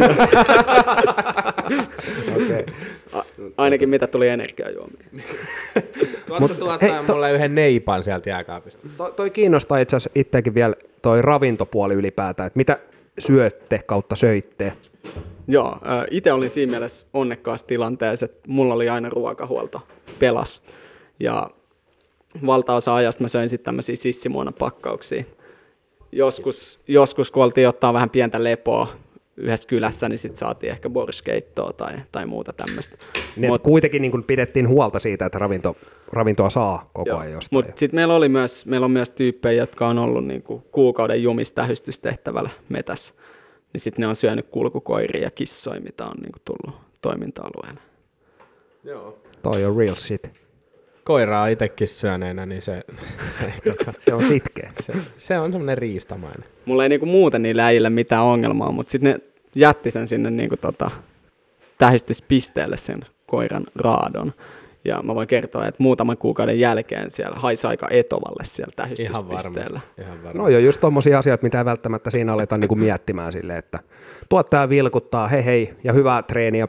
Okay. Ainakin mitä tuli energiajuomia. Tuossa tuottaa to- mulle yhden neipan sieltä jääkaapista. To- toi kiinnostaa itse asiassa itseäkin vielä toi ravintopuoli ylipäätään, että mitä syötte kautta söitte? Joo, itse olin siinä mielessä onnekkaassa tilanteessa, että mulla oli aina ruokahuolto pelas. Ja valtaosa ajasta mä söin sitten tämmöisiä sissimuonapakkauksia. Joskus, joskus, kun oltiin ottaa vähän pientä lepoa yhdessä kylässä, niin sitten saatiin ehkä borskeittoa tai, tai muuta tämmöistä. Niin, Mut, kuitenkin niin kun pidettiin huolta siitä, että ravinto, ravintoa saa koko ajan jostain. Mutta sitten meillä, oli myös, meillä on myös tyyppejä, jotka on ollut niinku kuukauden jumistähystystehtävällä metässä. Niin sitten ne on syönyt kulkukoiria ja kissoja, mitä on niinku tullut toiminta-alueelle. Joo. Toi on real shit. Koiraa itsekin syöneenä, niin se, se, tota, se on sitkeä. Se, se on semmoinen riistamainen. Mulla ei niinku muuten niillä äijillä mitään ongelmaa, mutta sitten ne jätti sen sinne niinku tota, tähystyspisteelle sen koiran raadon. Ja mä voin kertoa, että muutaman kuukauden jälkeen siellä haisi aika etovalle siellä tähystyspisteellä. Ihan varmasti. No jo just tommosia asioita, mitä ei välttämättä siinä aleta niinku miettimään silleen, että tuottaja vilkuttaa, hei hei, ja hyvää treeniä.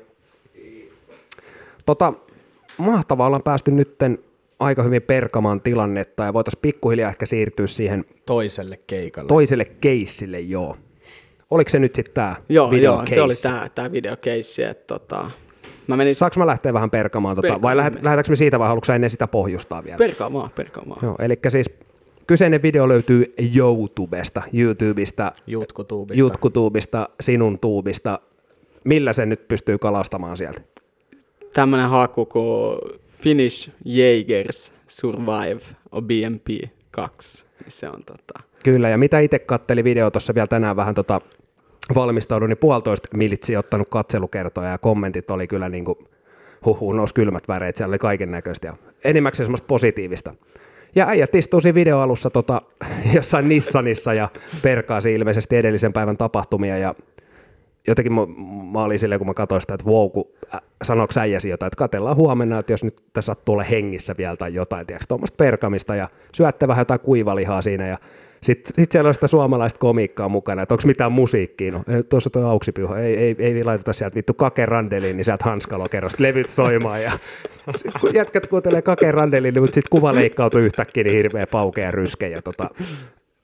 Tota, mahtavaa ollaan päästy nytten aika hyvin perkamaan tilannetta, ja voitaisiin pikkuhiljaa ehkä siirtyä siihen toiselle keikalle. Toiselle keissille, joo. Oliko se nyt sitten tämä Joo, video joo se oli tämä videokeissi, että tota, mä menin... Saanko mä lähteä vähän perkamaan, tota, Perkaan vai lähet, lähdetäänkö me siitä vai haluatko sä ennen sitä pohjustaa vielä? Perkaamaan, perkaamaan. Joo, eli siis kyseinen video löytyy YouTubesta, YouTubesta, Jutkutuubista, Jutkutuubista, sinun tuubista. Millä sen nyt pystyy kalastamaan sieltä? Tämmöinen haku kuin Finnish Jaegers Survive o B M P kaksi. Se on tota... Kyllä, ja mitä itse kattelin video tuossa vielä tänään vähän tota valmistaudun, niin puolitoista militsiä ottanut katselukertoja ja kommentit oli kyllä niin kuin huhuu, nousi kylmät väreet, siellä oli kaiken näköistä ja enimmäkseen semmoista positiivista. Ja äijät istuu siinä videoalussa tota, jossain Nissanissa ja perkaasi ilmeisesti edellisen päivän tapahtumia ja jotenkin mä, mä olin silleen, kun mä katsoin sitä, että wow, kun äh, sanoiko äijäsi jotain, että katsellaan huomenna, että jos nyt tässä sattuu olla hengissä vielä tai jotain, tiedätkö, tuommoista perkamista ja syötte vähän jotain kuivalihaa siinä ja sitten sit siellä on sitä suomalaista komiikkaa mukana, että onko mitään musiikkia, no tuossa tuo auksipiuha, ei, ei, ei laiteta sieltä vittu Kake Randeliin, niin sieltä hanskalokerrosta levyt soimaan ja sitten kun jätkät kuuntelee Kake Randeliin, niin, mutta sitten kuva leikkautuu yhtäkkiä, niin hirveä paukea ryske ja tota,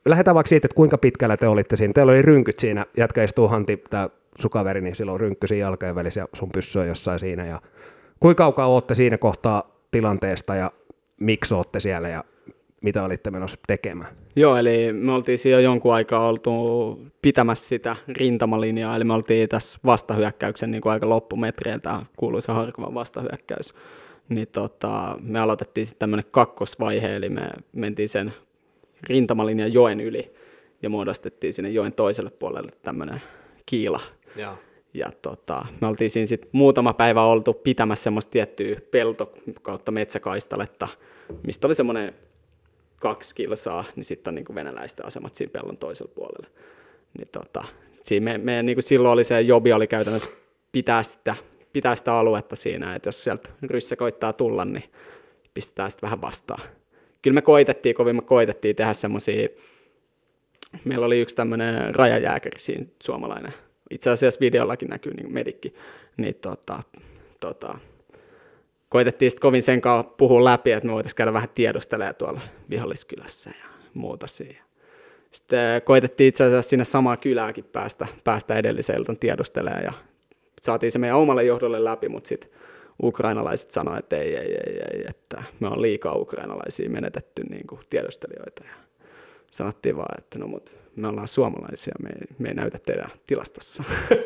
lähdetään vaikka siitä, että kuinka pitkällä te olitte siinä. Teillä oli rynkyt siinä, jätkä istuu Hanti, tämä sun kaveri, niin silloin rynkky siinä jalkojen välissä ja sun pyssy on jossain siinä. Ja kuinka kaukaa olette siinä kohtaa tilanteesta ja miksi olette siellä ja mitä olitte menossa tekemään? Joo, eli me oltiin siinä jo jonkun aikaa oltu pitämässä sitä rintamalinjaa, eli me oltiin tässä vastahyökkäyksen niin kuin aika loppumetreiltä, kuuluisa Harkovan vastahyökkäys. Niin tota, me aloitettiin sitten tämmöinen kakkosvaihe, eli me mentiin sen rintamalinjan joen yli ja muodostettiin sinne joen toiselle puolelle tämmöinen kiila. Joo. Ja tota, me oltiin siinä sitten muutama päivä oltu pitämässä semmoista tiettyä pelto- kautta metsäkaistaletta, mistä oli semmoinen kaksi kilsaa, niin sitten on niin kuin venäläisten asemat siinä pellon toisella puolella. Niin tota, siinä me, me, niin kuin silloin oli se jobi oli käytännössä pitää sitä, pitää sitä aluetta siinä, että jos sieltä ryssä koittaa tulla, niin pistetään sitten vähän vastaan. Kyllä me koitettiin, kovin me koitettiin tehdä semmoisia, meillä oli yksi tämmöinen rajajääkäri siinä, suomalainen, itse asiassa videollakin näkyy niin medikki, niin tota, tota, koitettiin sitten kovin sen kanssa puhua läpi, että me voitaisiin käydä vähän tiedustelemaan tuolla viholliskylässä ja muuta siihen. Sitten koitettiin itse asiassa sinne samaa kylääkin päästä, päästä edellisen iltan tiedustelemaan ja saatiin se meidän omalle johdolle läpi, mutta sitten ukrainalaiset sanoivat, että ei, ei, ei, ei, että me on liikaa ukrainalaisia menetetty niin kuin tiedustelijoita. Ja sanottiin vaan, että no mut me ollaan suomalaisia, me ei, me ei näytä teidän tilastossa.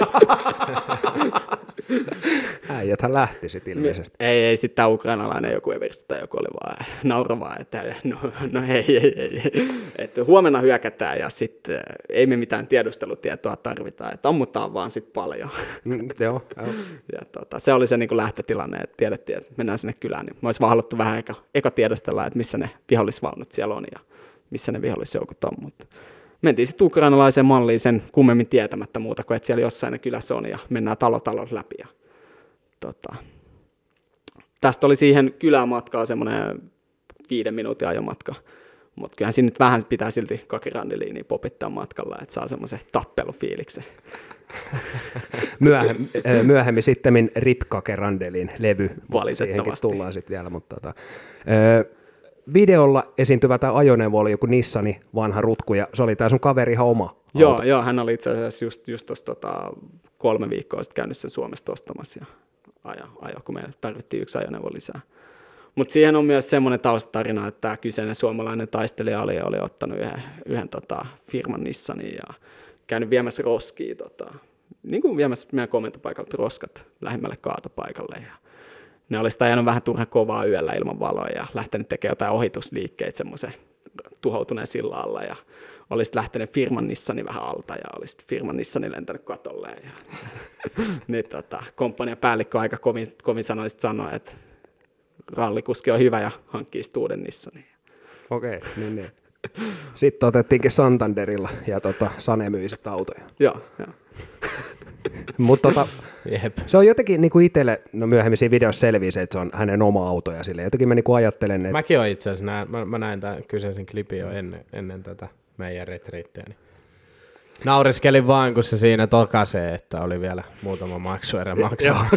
Äijäthän lähti sitten ilmeisesti. Ei, ei sitten tämä ukrainalainen joku eversti tai joku oli vaan nauravaa, että no, no ei, ei, ei, ei. Että huomenna hyökätään ja sitten ei me mitään tiedustelutietoa tarvita, että ammutaan vaan sitten paljon. Mm, joo, joo. Ja tota, se oli se niin kuin lähtötilanne, että tiedettiin, että mennään sinne kylään, niin me olisi vaan haluttu vähän eka, eka tiedostella, että missä ne vihollisvaunut siellä on ja missä ne vihollisjoukot on, mutta mentiin sitten ukrainalaiseen malliin sen kummemmin tietämättä muuta kuin, että siellä jossain ne kylässä on ja mennään talo talon läpi. Ja, tota, tästä oli siihen kylään matkaa semmoinen viiden minuutin ajomatka, mutta kyllähän siinä nyt vähän pitää silti kakirandiliiniä popittaa matkalla, että saa semmoisen tappelufiiliksen. Myöhem, myöhemmin sittemmin Ripkake Randelin levy, valitettavasti. Siihenkin tullaan sitten vielä, mutta tota, videolla esiintyvä tämä ajoneuvo oli joku Nissani vanha rutku, ja se oli tämä sun kaveri ihan oma Joo, auto. joo, hän oli itse asiassa just, just tuossa tota, kolme viikkoa sitten käynyt sen Suomesta ostamassa ja ajo, ajo kun me tarvittiin yksi ajoneuvo lisää. Mutta siihen on myös semmoinen taustatarina, että tämä kyseinen suomalainen taistelija oli, oli ottanut yhden, yhden tota, firman Nissanin ja käynyt viemässä roskia, tota, niin kuin viemässä meidän komentopaikalta roskat lähimmälle kaatopaikalle. Ja ne oli sitä ajanut vähän turhan kovaa yöllä ilman valoa ja lähtenyt tekemään jotain ohitusliikkeitä semmoisen tuhoutuneen sillä alla ja oli sitten lähtenyt firman Nissani vähän alta ja oli sitten firman Nissani lentänyt katolle. Ja niin, tota, komppanian päällikkö aika kovin, kovin sanoisesti sanoi, että rallikuski on hyvä ja hankkii uuden Nissanin. Okei, okay, niin, niin. Sitten otettiinkin Santanderilla ja tota, Sane myi sitten autoja. Joo, joo. Mutta tota, Jep. se on jotenkin niin kuin itselle, no myöhemmin siinä videossa selvii se, että se on hänen oma auto ja sille. Jotenkin mä niin kuin ajattelen, että... Mäkin olen itse asiassa, näin, mä, mä näin tämän kyseisen klipin jo ennen, ennen tätä meidän retriittiä. Niin nauriskelin vaan, kun se siinä tokasee, että oli vielä muutama maksuerä maksamatta.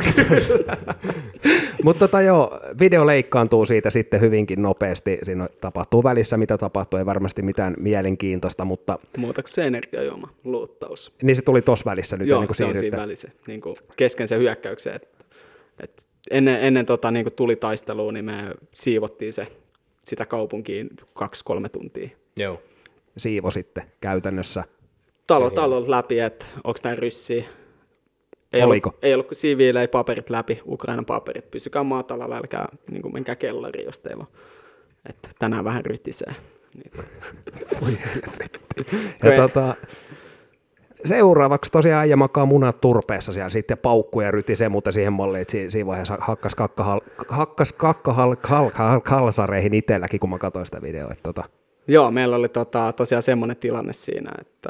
Mutta tota joo, video leikkaantuu siitä sitten hyvinkin nopeasti. Siinä tapahtuu välissä, mitä tapahtuu, ei varmasti mitään mielenkiintoista, mutta... Muuta kuin se energiajuoma, luuttaus. Niin se tuli tuossa välissä nyt. Joo, niin kuin se on siirrytte. siinä välissä, niin kuin kesken sen hyökkäyksen. Et, et ennen ennen tota, niin kuin tulitaistelua, niin me siivottiin se, sitä kaupunkiin kaksi kolme tuntia. Joo. Siivo sitten käytännössä. Talo talon läpi, että onko tämä ryssiä. Ei Oliko? Ollut, ei ollut kuin siviilejä, ei paperit läpi, Ukrainan paperit. Pysykää maatalalla, älkää niin kuin menkää kellariin, jos teillä on. Että tänään vähän rytisee. Niin. Voi helvetti. Ja tota, seuraavaksi tosiaan äijä makaa munat turpeessa siellä sitten paukkuu ja rytisee, mutta siihen malliin, että si- siinä vaiheessa hakkas kakkahal, hakkas kakkahal, hal, hal, halsareihin itselläkin, kun mä katsoin sitä videoa. Että tota. Joo, meillä oli tota, tosiaan semmoinen tilanne siinä, että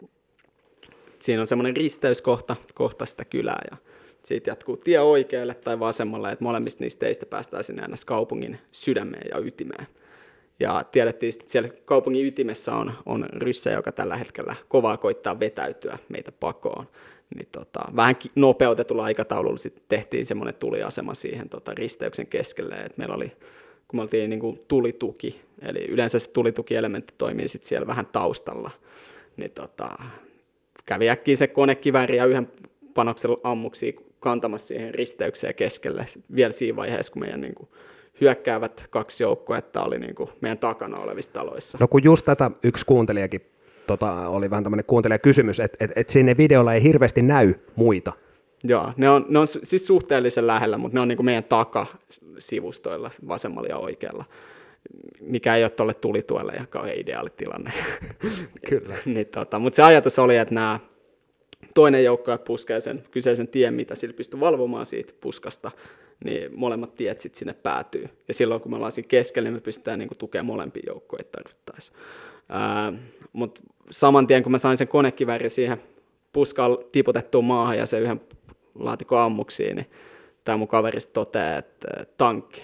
siinä on semmoinen risteyskohta kohta sitä kylää ja siitä jatkuu tie oikealle tai vasemmalle, että molemmista niistä teistä päästään sinne aina kaupungin sydämeen ja ytimeen. Ja tiedettiin, että siellä kaupungin ytimessä on, on ryssä, joka tällä hetkellä kovaa koittaa vetäytyä meitä pakoon. Niin tota, vähän nopeutetulla aikataululla sitten tehtiin semmoinen tuliasema siihen tota, risteyksen keskelle, että meillä oli kun me oltiin niin kuin tulituki, eli yleensä se tulitukielementti toimii sitten siellä vähän taustalla, niin tota, kävi äkkiä se konekivääri ja yhden panoksen ammuksia kantamassa siihen risteykseen keskelle vielä siinä vaiheessa, kun meidän niin kuin hyökkäävät kaksi joukkuetta oli niin kuin meidän takana olevissa taloissa. No kun just tätä yksi kuuntelijakin, tota, oli vähän tämmöinen kuuntelijakysymys, että et, et sinne videolla ei hirveästi näy muita. Joo, ne on, ne on siis suhteellisen lähellä, mutta ne on niin kuin meidän takasivustoilla vasemmalla ja oikealla, mikä ei ole tuolle tulituelle ja kauhean ideaali tilanne. Kyllä. niin, tota, mutta se ajatus oli, että nämä toinen joukko puskee sen kyseisen tien, mitä sillä pystyy valvomaan siitä puskasta, niin molemmat tiet sitten sinne päätyy. Ja silloin, kun me ollaan siinä keskellä, niin me pystytään niinku tukemaan molempia joukkoja tarvittaessa. Mutta saman tien, kun mä sain sen konekiväärin siihen puskaan tiputettuun maahan ja sen yhden laatikon ammuksiin, niin tämä mun kaveri toteaa, että tankki.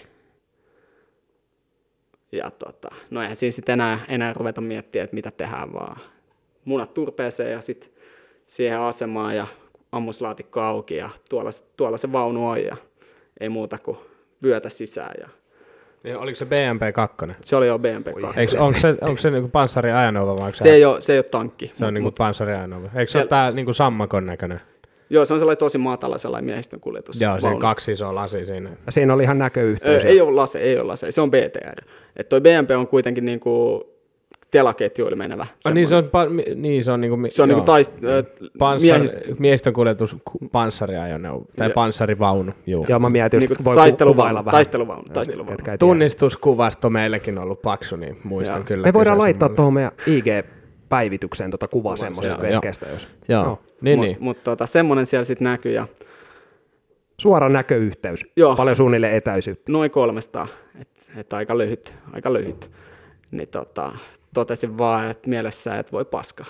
Ja tota, no eihän siinä sitten enää, enää ruveta miettimään, että mitä tehdään, vaan munat turpeeseen ja sitten siihen asemaan ja ammuslaatikko auki ja tuolla, tuolla se vaunu on ja ei muuta kuin vyötä sisään. Ja niin, oliko se B M P kaksi? Se oli jo B M P kaksi. Eikö, onko se, onko se niinku panssariajoneuvo vai se, ei ole, se ei ole tankki. Se on niinku panssariajoneuvo. Eikö se ole tää niinku sammakon näköinen? Joo, se on sellainen tosi matala sellainen miehistön kuljetus. Joo, se on kaksi isoa lasia siinä. Siinä oli ihan näköyhteys. Ö, ei ole lase, ei ole lase. Se on B T R. Että toi B M P on kuitenkin niinku telaketjuille menevä. Ah, niin se on, pa- niin se on niinku... Se on niinku taist... Panssar, miehist- miehistön kuljetus panssariajoneuvo, tai ja. panssarivaunu, juu. Joo, mä mietin, just, niinku voi taisteluvaunu, taisteluvaunu, taisteluvaunu. Tunnistuskuvasto meillekin on ollut paksu, niin muistan ja. kyllä. Me voidaan laittaa tuohon meidän I G-päivitykseen tuota kuvaa semmoisesta vehkeestä, jos... Joo, no. niin Mut, niin. Mutta tota, semmoinen siellä sitten näkyy ja... Suora näköyhteys. Joo. Paljon suunnilleen etäisyyttä. Noin kolmesataa, että et aika lyhyt, aika lyhyt. Niin tota, totesin vaan, että mielessä, että voi paska.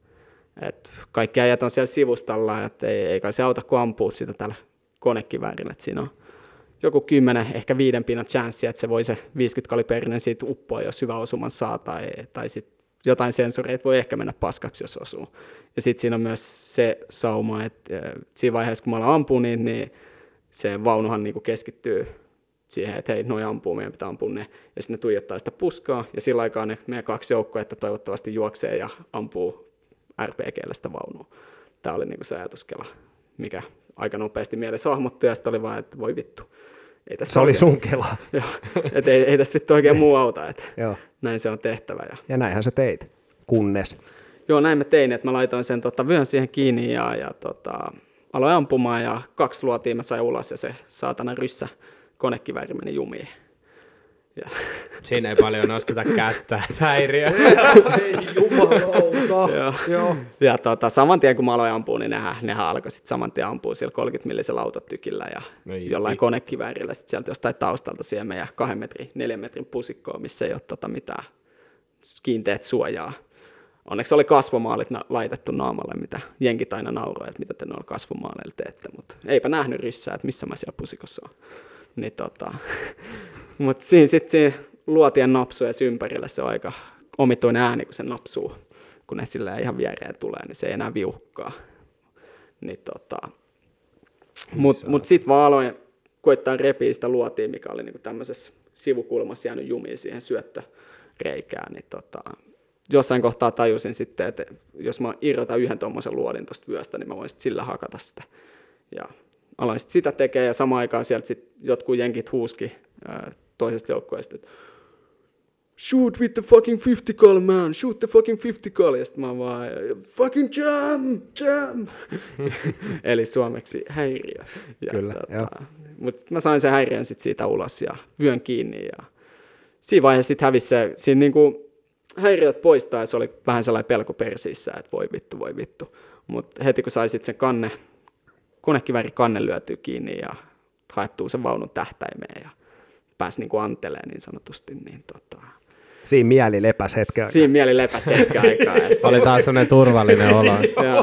Et kaikki ajat on siellä sivustalla, että ei, ei kai se auta, kun ampuu sitä tällä konekiväärillä. Et siinä on joku kymmenen, ehkä viiden pinnan chanssi, että se voi se viisikymmentä kaliberinen siitä uppoa, jos hyvä osuman saa, tai, tai sit jotain sensoreita voi ehkä mennä paskaksi, jos osuu. Ja sitten siinä on myös se sauma, että siinä vaiheessa, kun mä alan ampua, niin, niin se vaunuhan niinku keskittyy siihen, että hei, noi ampuu, meidän pitää ampua ne. Ja sitten ne tuijottaa sitä puskaa, ja sillä aikaa ne meidän kaksi joukkoa, että toivottavasti juoksee ja ampuu R P G:llä sitä vaunua. Tämä oli niinku se ajatuskela, mikä aika nopeasti mielessä hahmottui, ja sitten oli vaan, että voi vittu. Ei tässä se oli oikein, sun kela. Joo, että ei, ei tässä vittu oikein muu auta, että näin se on tehtävä. Ja, ja näinhän sä teit, kunnes. Joo, näin mä tein, että mä laitoin sen tota, vyön siihen kiinni ja, ja tota, aloin ampumaan, ja kaksi luotia mä sain ulos, ja se saatana ryssä konekivääri meni jumiin. Ja. Siinä ei paljon nosteta kättä, häiriö. Ei jumalauta. Joo. Joo. Ja tota, saman tien kun mä aloin ampua, niin nehän, nehän alkoi sitten saman tien ampua sillä kolmekymmentä millisellä autotykillä ja no, jollain konekiväärillä sit sieltä jostain taustalta siihen meidän kahden metrin, neljän metrin pusikkoon, missä ei ole tota mitään kiinteät suojaa. Onneksi oli kasvomaalit na- laitettu naamalle, mitä jenkit aina nauroi, että mitä te noilla kasvomaaleilla teette, mutta eipä nähnyt ryssää, että missä mä siellä pusikossa on. Niin tota, mutta siinä sitten siinä luotien napsuessa ympärillä se on aika omituinen ääni, kun se napsuu, kun ne sillä ihan viereen tulee, niin se ei enää viuhkaa. Niin tota, mutta mut sitten vaan aloin koittaa repiä sitä luotia, mikä oli niinku tämmöisessä sivukulmassa jäänyt jumiin siihen syöttöreikään, niin tota, jossain kohtaa tajusin sitten, että jos mä irrotan yhden tuommoisen luodin tuosta vyöstä, niin mä voin sillä hakata sitä. Ja aloin sit sitä tekemään, ja samaan aikaan sieltä sit jotkut jenkit huuski ää, toisesta joukkueesta, että shoot with the fucking fifty cal, man, shoot the fucking fifty cal, ja sitten mä vaan, fucking jam, jam, eli suomeksi häiriö. Ja Kyllä, tota, mutta sitten mä sain sen häiriön sit siitä ulos ja vyön kiinni, ja siinä vaiheessa sitten hävisi se, siinä niinku häiriöt poistaa, ja se oli vähän sellainen pelko persiissä, että voi vittu, voi vittu, mutta heti kun sai sitten sen kanne, konekivääri kanne lyötyy kiinni ja haettuu sen vaunun tähtäimeen ja pääsi niin kuin antelemaan niin sanotusti. Niin tota... Siinä mieli lepäsi hetken aikaa. Siinä mieli lepäsi hetken aikaa. Oli taas sellainen turvallinen olo.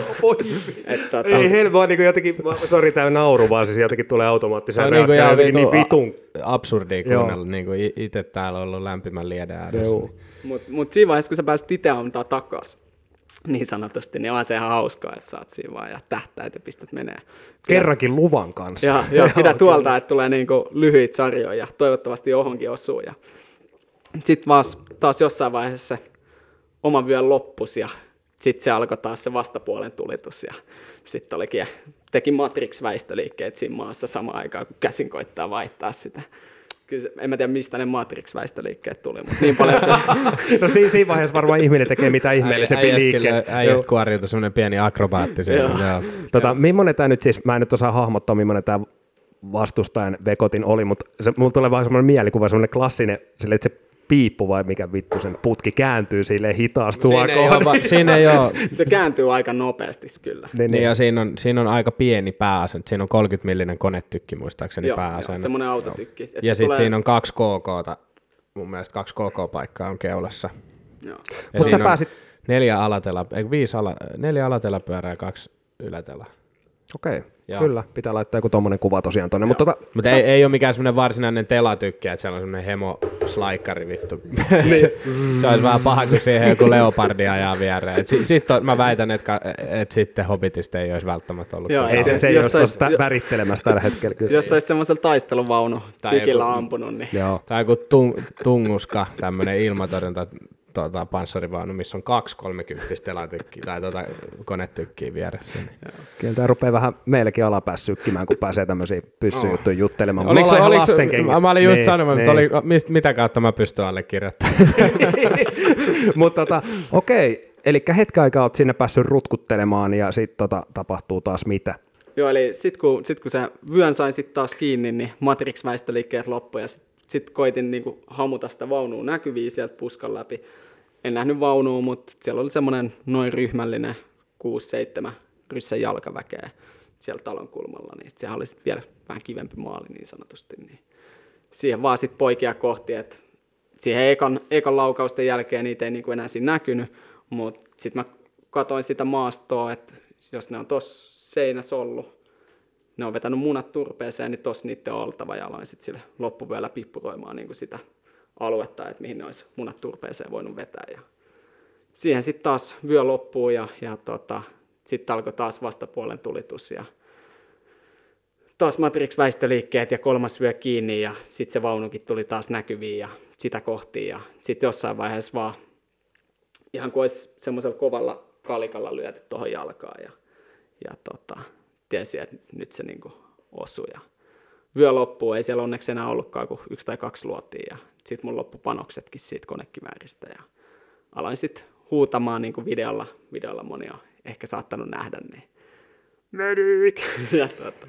tota... Ei helpoa niin jotenkin, sori tämä nauru, vaan siis jotenkin tulee automaattisesti. Se on niin jotenkin niin vitun absurdia kuunnella, niin kuin itse täällä on ollut lämpimän lieden ääressä. Mutta mut siinä vaiheessa, kun sä pääsit itse antaa takaisin, niin sanotusti, niin on se ihan hauskaa, että saat siinä vaan ja tähtäät ja pistät menee. Kerrankin luvan kanssa. Ja, ja pidä tuolta, että tulee niinku lyhyitä sarjoja ja toivottavasti johonkin osuu. Ja sitten taas jossain vaiheessa se oman vyön loppus ja sitten se alkoi taas se vastapuolen tulitus ja sitten olikin, teki Matrix-väistöliikkeet siinä maassa samaan aikaan, kun käsin koittaa vaihtaa sitä. Kyllä se, en mä tiedä, mistä ne Matrix-väistöliikkeet tuli, mutta niin paljon se... no siinä, siinä vaiheessa varmaan ihminen tekee mitä ihmeellisempi liikkeen. Äijästä kuoriutui semmoinen pieni akrobaatti siellä. Tota, millainen tämä nyt siis, mä en nyt osaa hahmottaa, millainen tämä vastustajan vekotin oli, mutta se, mulla tulee vaan semmoinen mielikuva, semmoinen klassinen, sille, että se piippu vai mikä vittu sen putki kääntyy silleen hitaasti tuokoon. Siinä ei ole. Se kääntyy aika nopeasti kyllä. Niin, niin. Ja siinä on, siinä on aika pieni pääasent. Siinä on kolmekymmentä millinen konetykki muistaakseni joo, pääasent. Joo, semmoinen autotykki. Et ja sitten tulee... siinä on kaksi kk:ta. Mun mielestä kaksi kk-paikkaa on keulassa. Mutta sä pääsit... Neljä alatela, ei, viisi ala, neljä alatelapyörää ja kaksi ylätela. Okei, okay. Kyllä. Pitää laittaa joku tommonen kuva tosiaan tonne. Mutta tota, Mut sä... ei, ei ole mikään semmoinen varsinainen telatykki, että siellä on semmoinen hemo-slaikkari vittu. Se olisi vähän paha, kun siihen joku leopardi ajaa viereen. Sitten sit mä väitän, että et sitten Hobbitista ei olisi välttämättä ollut. Joo, ei, se, se ei olisi tuossa värittelemässä tällä hetkellä. Kyllä. Jos olisi semmoisella taisteluvaunu tykillä joku, ampunut. Niin. Joo. Tai joku tung, tunguska, tämmöinen ilmatorjunta. Tuota, panssarivaunu, missä on kaksi kolmekymppistä telatykkiä tai tuota, konetykkiä vieressä. Kyllä tämä rupeaa vähän meillekin alapäässä sykkimään, kun pääsee tämmöisiä pyssyjuttuja oh. juttelemaan. Oliko, me ollaan ihan lastenkengissä. Mä olin just niin, sanomassa, että oli, mist, mitä kautta mä pystyn allekirjoittamaan. Mutta tota, okei, eli hetken aikaa olet sinne päässyt rutkuttelemaan ja sitten tota, tapahtuu taas mitä? Joo, eli sitten kun, sit, kun se vyön sain sitten taas kiinni, niin Matrix-väistöliikkeet loppui ja sitten Sitten koitin niinku hamuta sitä vaunua näkyviä sieltä puskan läpi. En nähnyt vaunua, mutta siellä oli semmoinen noin ryhmällinen kuusi seitsemän ryssän jalkaväkeä siellä talon kulmalla. Niin sehän oli sitten vielä vähän kivempi maali niin sanotusti. Niin siihen vaan sitten poikia kohti, että siihen ekan, ekan laukausten jälkeen niitä ei niinku enää siinä näkynyt. Mutta sitten mä katsoin sitä maastoa, että jos ne on tuossa seinässä ollut, ne on vetänyt munat turpeeseen, niin tossa niiden on oltava ja aloin sitten sille loppuvyöllä pippuroimaan niin kuin sitä aluetta, että mihin ne olisi munat turpeeseen voinut vetää. Ja siihen sitten taas vyö loppuu ja, ja tota, sitten alkoi taas vastapuolen tulitus ja taas Matrix-väistöliikkeet ja kolmas vyö kiinni ja sitten se vaunukin tuli taas näkyviin ja sitä kohti ja sitten jossain vaiheessa vaan ihan kuin olisi semmoisella kovalla kalikalla lyöty tuohon jalkaan ja, ja tota, tiesi, että nyt se niinku osui. Ja vyö loppuu, ei siellä onneksi enää ollutkaan kuin yksi tai kaksi luotia. Ja sitten mun loppu panoksetkin siitä konekivääristä. Ja aloin sitten huutamaan niinku videolla, videolla moni on ehkä saattanut nähdä. Niin medic! Ja tuota,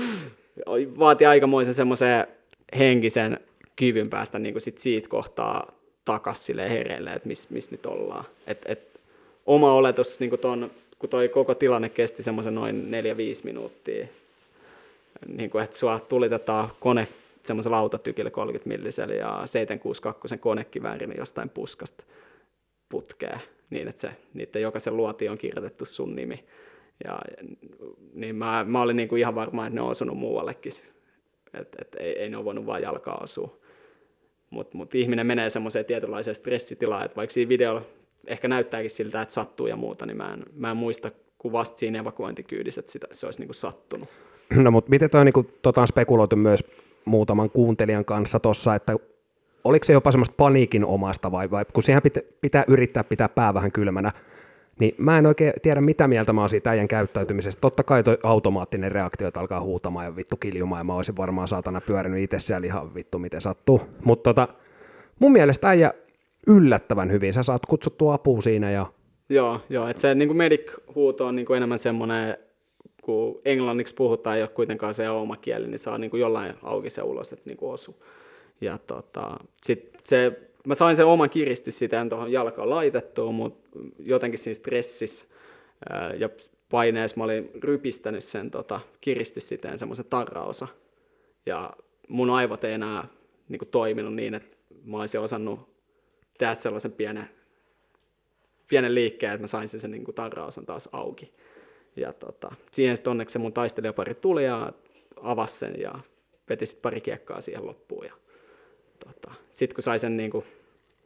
vaati aikamoisen semmoisen henkisen kyvyn päästä niinku sit siitä kohtaa takas silleen hereille, että missä mis nyt ollaan. Et, et, oma oletus niinku ton, kun toi koko tilanne kesti semmoisen noin neljä viisi minuuttia, niin kuin, että sua tulitetaan kone semmoisella autotykillä kolmekymmentä millisellä ja seitsemänsataakuusikymmentäkaksi konekiväärin jostain puskasta putkee, niin että se, niiden jokaisen luotiin on kirjoitettu sun nimi. Ja, niin mä, mä olin niin kuin ihan varma, että ne on osunut muuallekin, että et ei, ei ne ole voinut vaan jalkaa osua. Mutta mut ihminen menee semmoiseen tietynlaiseen stressitilaan, että vaikka siinä videolla ehkä näyttääkin siltä, että sattuu ja muuta, niin mä en, mä en muista, kun vasta siinä evakuointikyydissä, että sitä, se olisi niinku sattunut. No mutta miten toi niinku, tota on spekuloitu myös muutaman kuuntelijan kanssa tuossa, että oliko se jopa semmoista paniikin omasta vai, vai kun siihen pitää, pitää yrittää pitää pää vähän kylmänä, niin mä en oikein tiedä mitä mieltä mä oon siitä äijän käyttäytymisestä. Totta kai toi automaattinen reaktio, että alkaa huutamaan ja vittu kiljumaan ja mä olisin varmaan saatana pyörinyt itse siellä ihan vittu miten sattuu. Mutta tota, mun mielestä äijä yllättävän hyvin. Sä saat kutsuttua apua siinä. Ja... Joo, joo, että se niin medic-huuto on niin kuin enemmän semmoinen, kun englanniksi puhutaan, ei ole kuitenkaan se oma kieli, niin saa niin kuin jollain auki se ulos, että niin kuin osu. Ja tota, sit se, mä sain sen oman kiristys sitä tuohon jalkaan laitettua, mutta jotenkin siinä stressissä ää, ja paineessa mä olin rypistänyt sen tota, kiristyssiteen semmoisen tarraosa. Ja mun aivot ei enää niin kuin toiminut niin, että mä olisin osannut tehdä sellaisen pienen, pienen liikkeen, että mä sain sen niin kuin tarraosan taas auki. Ja tota, siihen sitten onneksi se mun taistelijapari tuli ja avasi sen ja veti sitten pari kiekkaa siihen loppuun. Ja tota, sitten kun sai sen niin kuin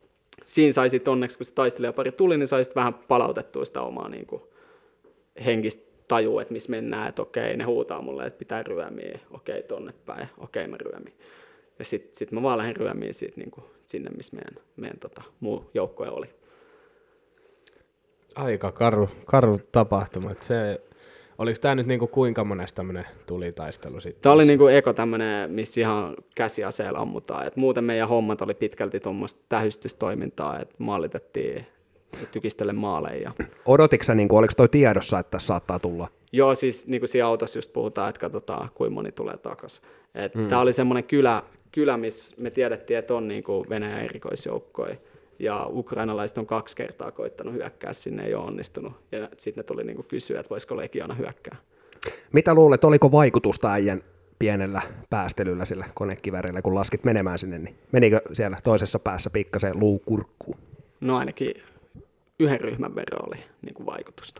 siinä sai sitten onneksi, kun se taistelijapari tuli, niin sai sitten vähän palautettua sitä omaa niin kuin henkistä tajua, että missä mennään, että okei, ne huutaa mulle, että pitää ryömiä, okei, tonne päin, okei, mä ryömin. Ja sitten sit mä vaan lähdin ryömiin siitä, niin kuin sinne, missä meidän, meidän tota, muu joukkue oli. Aika karu, karu tapahtuma. Se, oliko tämä nyt niinku kuinka monesta tämmöinen tulitaistelu sitten? Tämä oli niinku eko tämmöinen, missä ihan käsiaseella ammutaan. Et muuten meidän hommat oli pitkälti tuommoista tähystystoimintaa, että maalitettiin tykistelle maaleja. Odotitko sä, niin kuin, oliko toi tiedossa, että tässä saattaa tulla? Joo, siis niin kuin siinä autossa just puhutaan, että katsotaan, kuinka moni tulee takaisin. Hmm. Tämä oli semmoinen kylä, kylä, missä me tiedettiin, että on niin kuin Venäjän erikoisjoukkoja. Ja ukrainalaiset on kaksi kertaa koittanut hyökkää sinne, ei ole onnistunut. Ja sitten ne tuli niin kuin kysyä, että voisiko Legiona hyökkää. Mitä luulet, oliko vaikutusta äijän pienellä päästelyllä sillä konekivärillä, kun laskit menemään sinne, niin menikö siellä toisessa päässä pikkasen luukurkkuun? No ainakin yhden ryhmän verran oli niin kuin vaikutusta.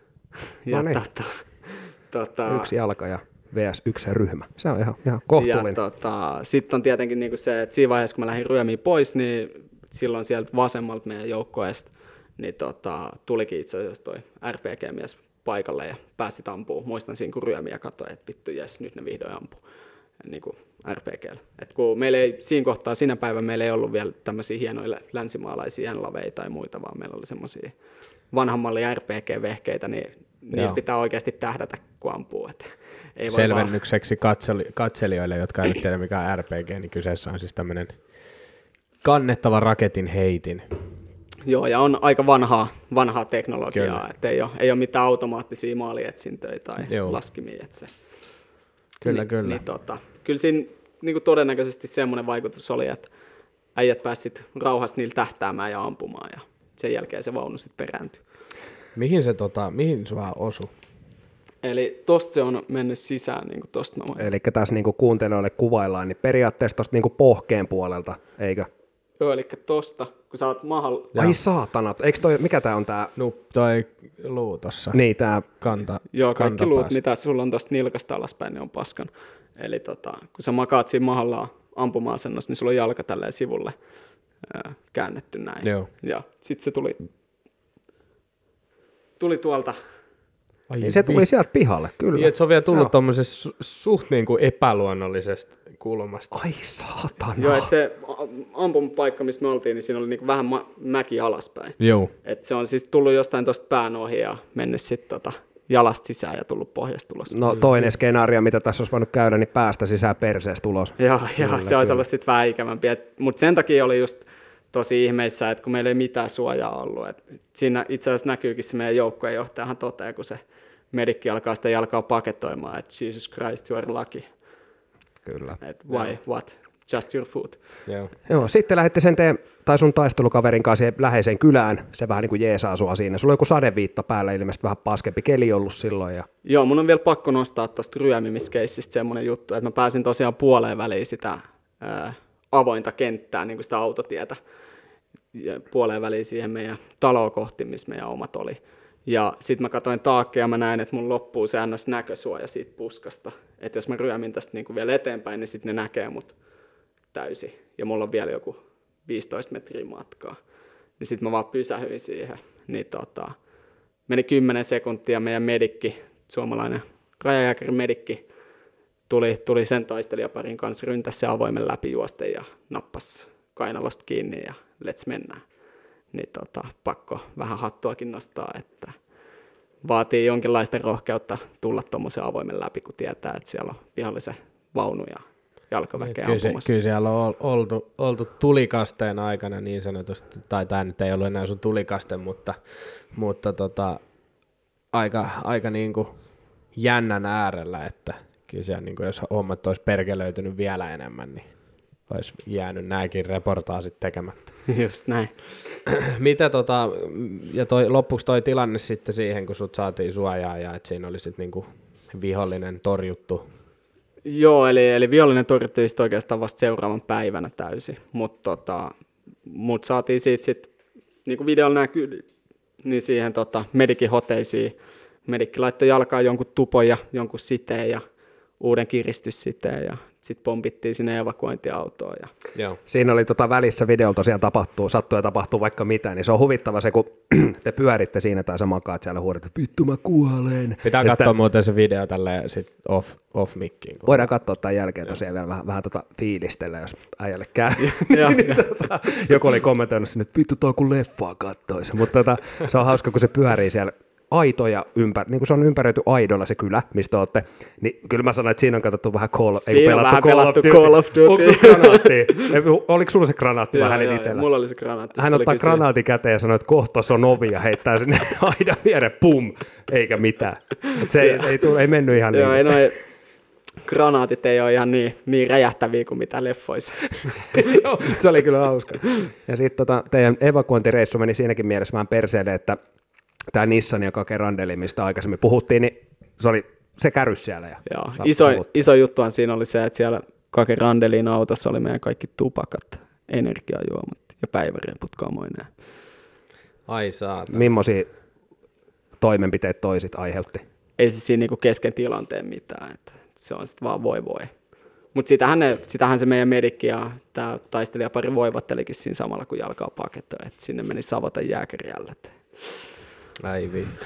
Ja No niin. tota, tota, Yksi jalka ja vs yksi ryhmä. Se on ihan, ihan kohtuullinen. Ja tota, sitten on tietenkin niin kuin se, että siinä vaiheessa, kun mä lähdin ryömiin pois, niin silloin sieltä vasemmalta meidän joukkoesta niin tota, tulikin itse asiassa toi R P G-mies paikalle ja pääsi ampuu. Muistan siinä, kun ryömiä katsoi, että vittu jes, nyt ne vihdoin ampuu niin kuin R P G:llä. Et kun meillä ei, siinä kohtaa, sinä päivänä meillä ei ollut vielä tämmöisiä hienoja länsimaalaisia enlaveja tai muita, vaan meillä oli semmoisia vanhan mallin R P G-vehkeitä, niin niitä pitää oikeasti tähdätä, kun ampuu. Et ei voi Selvennykseksi katseli, katselijoille, jotka eivät tiedä mikä on R P G, niin kyseessä on siis tämmöinen kannettava raketin heitin. Joo, ja on aika vanhaa, vanhaa teknologiaa, että ei ole, ei ole mitään automaattisia maalietsintöjä tai Joo. laskimia. Että se, kyllä, niin, kyllä. Niin, tota, kyllä siinä niin kuin todennäköisesti semmoinen vaikutus oli, että äijät pääsivät rauhassa niillä tähtäämään ja ampumaan, ja sen jälkeen se vaunu sitten perääntyi. Mihin se tota, mihin sua osui? Eli tosta se on mennyt sisään, niin kuin tosta mä voin. Eli tässä niin kuin kuuntelijoille kuvaillaan, niin periaatteessa tuosta niin kuin pohkeen puolelta, eikö? Joo, eli tosta, kun sä oot mahalla. Ai saatana, eikö toi, mikä tää on tää? No, toi luu tossa. Niin, tää. Kanta, Joo, kaikki kantapäässä. luut, mitä sulla on tosta nilkasta alaspäin, ne on paskan. Eli tota, kun sä makaat siinä mahallaan ampuma-asennossa, niin sulla on jalka tälleen sivulle ää, käännetty näin. Joo. Ja sit se tuli, tuli tuolta. Ai, Niin se tuli vi- sieltä pihalle, kyllä. Niin, että se on vielä tullut Joo. tommosesta su- suht niinku epäluonnollisesta kulmasta. Ai saatana. Joo, että se ampumapaikka, missä me oltiin, niin siinä oli niinku vähän ma- mäki alaspäin. Joo. Et se on siis tullut jostain tosta pään ohi ja mennyt sitten tota jalasta sisään ja tullut pohjasta tulos. No toinen skenaario, mitä tässä olisi voinut käydä, niin päästä sisään perseestä ulos. Joo, joo Kyllä, se olisi kyllä. ollut sitten vähän ikävämpi. Mutta sen takia oli just tosi ihmeissä, että kun meillä ei mitään suojaa ollut. Et siinä itse asiassa näkyykin se meidän joukkojen johtajahan toteaa, kun se medikki alkaa sitä jalkaa paketoimaan, että Jesus Christ, you are lucky. Kyllä. Et why, what, just your foot. Joo. Joo, sitten lähdette sen teen, tai sun taistelukaverin kanssa siihen läheiseen kylään. Se vähän niin kuin jeesaa sua siinä. Sulla on joku sadeviitta päällä, ilmeisesti vähän paskempi keli ollut silloin. Ja... Joo, mun on vielä pakko nostaa tuosta ryömimiskeissistä semmoinen juttu, että mä pääsin tosiaan puoleen väliin sitä ää, avointa kenttää, niin kuin sitä autotietä, ja puoleen väliin siihen meidän taloa kohti, missä meidän omat oli. Ja sitten mä katsoin taakkeen ja mä näin, että mun loppuu se ns. Näkösuoja siitä puskasta. Että jos mä ryömin tästä niin kuin vielä eteenpäin, niin sitten ne näkee mut täysin. Ja mulla on vielä joku viisitoista metriä matkaa. Niin sitten mä vaan pysähyin siihen. Niin tota, meni kymmenen sekuntia, meidän medikki, suomalainen rajajääkärin medikki, tuli, tuli sen taistelijaparin kanssa, ryntäsi se avoimen läpi juosten ja nappasi kainalosta kiinni ja let's mennään. Niin tota, pakko vähän hattuakin nostaa, että vaatii jonkinlaista rohkeutta tulla tuommoisen avoimen läpi, kun tietää, että siellä on vihollisen vaunu ja jalkaväkeä Kyllä, se, ampumassa. kyllä siellä on oltu, oltu tulikasteen aikana niin sanotusti, tai tämä nyt ei ollut enää sun tulikaste, mutta, mutta tota, aika, aika niin kuin jännän äärellä, että kyllä siellä, niin kuin jos hommat olisi perkelöitynyt vielä enemmän, niin olisi jäänyt nämäkin reportaasit tekemättä. Just näin. Mitä tota, ja toi, loppuksi toi tilanne sitten siihen, kun sut saatiin suojaa ja että siinä oli sitten niinku vihollinen torjuttu. Joo, eli, eli vihollinen torjuttiin sitten oikeastaan vasta seuraavan päivänä täysin, mutta tota, mut saatiin siitä sitten, niin kuin videolla näkyy, niin siihen tota, medikin hoteisiin. Medikki laittoi jalkaan jonkun tupon ja jonkun siteen ja uuden kiristyssiteen ja sitten pompittiin sinne evakuointiautoon. Ja... Joo. Siinä oli tota välissä videolla tosiaan tapahtuu, sattuu ja tapahtuu vaikka mitä, niin se on huvittava se, kun te pyöritte siinä tai sä makaat siellä huudat, että vittu mä kuoleen. Pitää ja katsoa sitä... muuten se video tälleen sit off, off mickiin. Kun... Voidaan katsoa tämän jälkeen tosiaan vielä vähän, vähän tota fiilistellä, jos äijälle käy. Ja, niin, tota, joku oli kommentoinut sinne, että vittu toi kun leffaa kattoisi. Mutta tota, se on hauska, kun se pyörii siellä aitoja ympäri, niin kuin se on ympäröity aidolla se kylä, mistä olette, niin kyllä mä sanoin, että siinä on katsottu vähän Call of Duty. Siinä on vähän pelattu Call of Duty. Onko sulla granaattia? Oliko sulla se granaatti vähän joo, itsellä? mulla oli se granaatti. Hän ottaa granaatin käteen ja sanoo, että kohta se on ovi ja heittää sinne aidan viereen, pum, eikä mitään. Et se ei, se ei, tule, ei mennyt ihan joo, niin. Ei noi granaatit ei ole ihan niin, niin räjähtäviä kuin mitä leffoissa. Joo, se oli kyllä hauska. Ja sitten tota, teidän evakuointireissu meni siinäkin mielessä vähän perseelle, että tämä Nissan ja Kake Randeli, mistä aikaisemmin puhuttiin, niin se oli se kärys siellä. Ja Joo, iso, iso juttuhan siinä oli se, että siellä Kake Randelin autossa oli meidän kaikki tupakat, energiajuomat ja päiväreput kamoineen. Ai saatana. Millaisia toimenpiteet toisit aiheutti? Ei se siinä niinku kesken tilanteen mitään, että se on sitten vaan voi voi. Mutta sitähän, ne, sitähän se meidän medikki ja tämä taistelijapari voivottelikin siinä samalla, kun jalkaa paketoi, että sinne meni Savotan jääkäri jälleen. Ai vittu.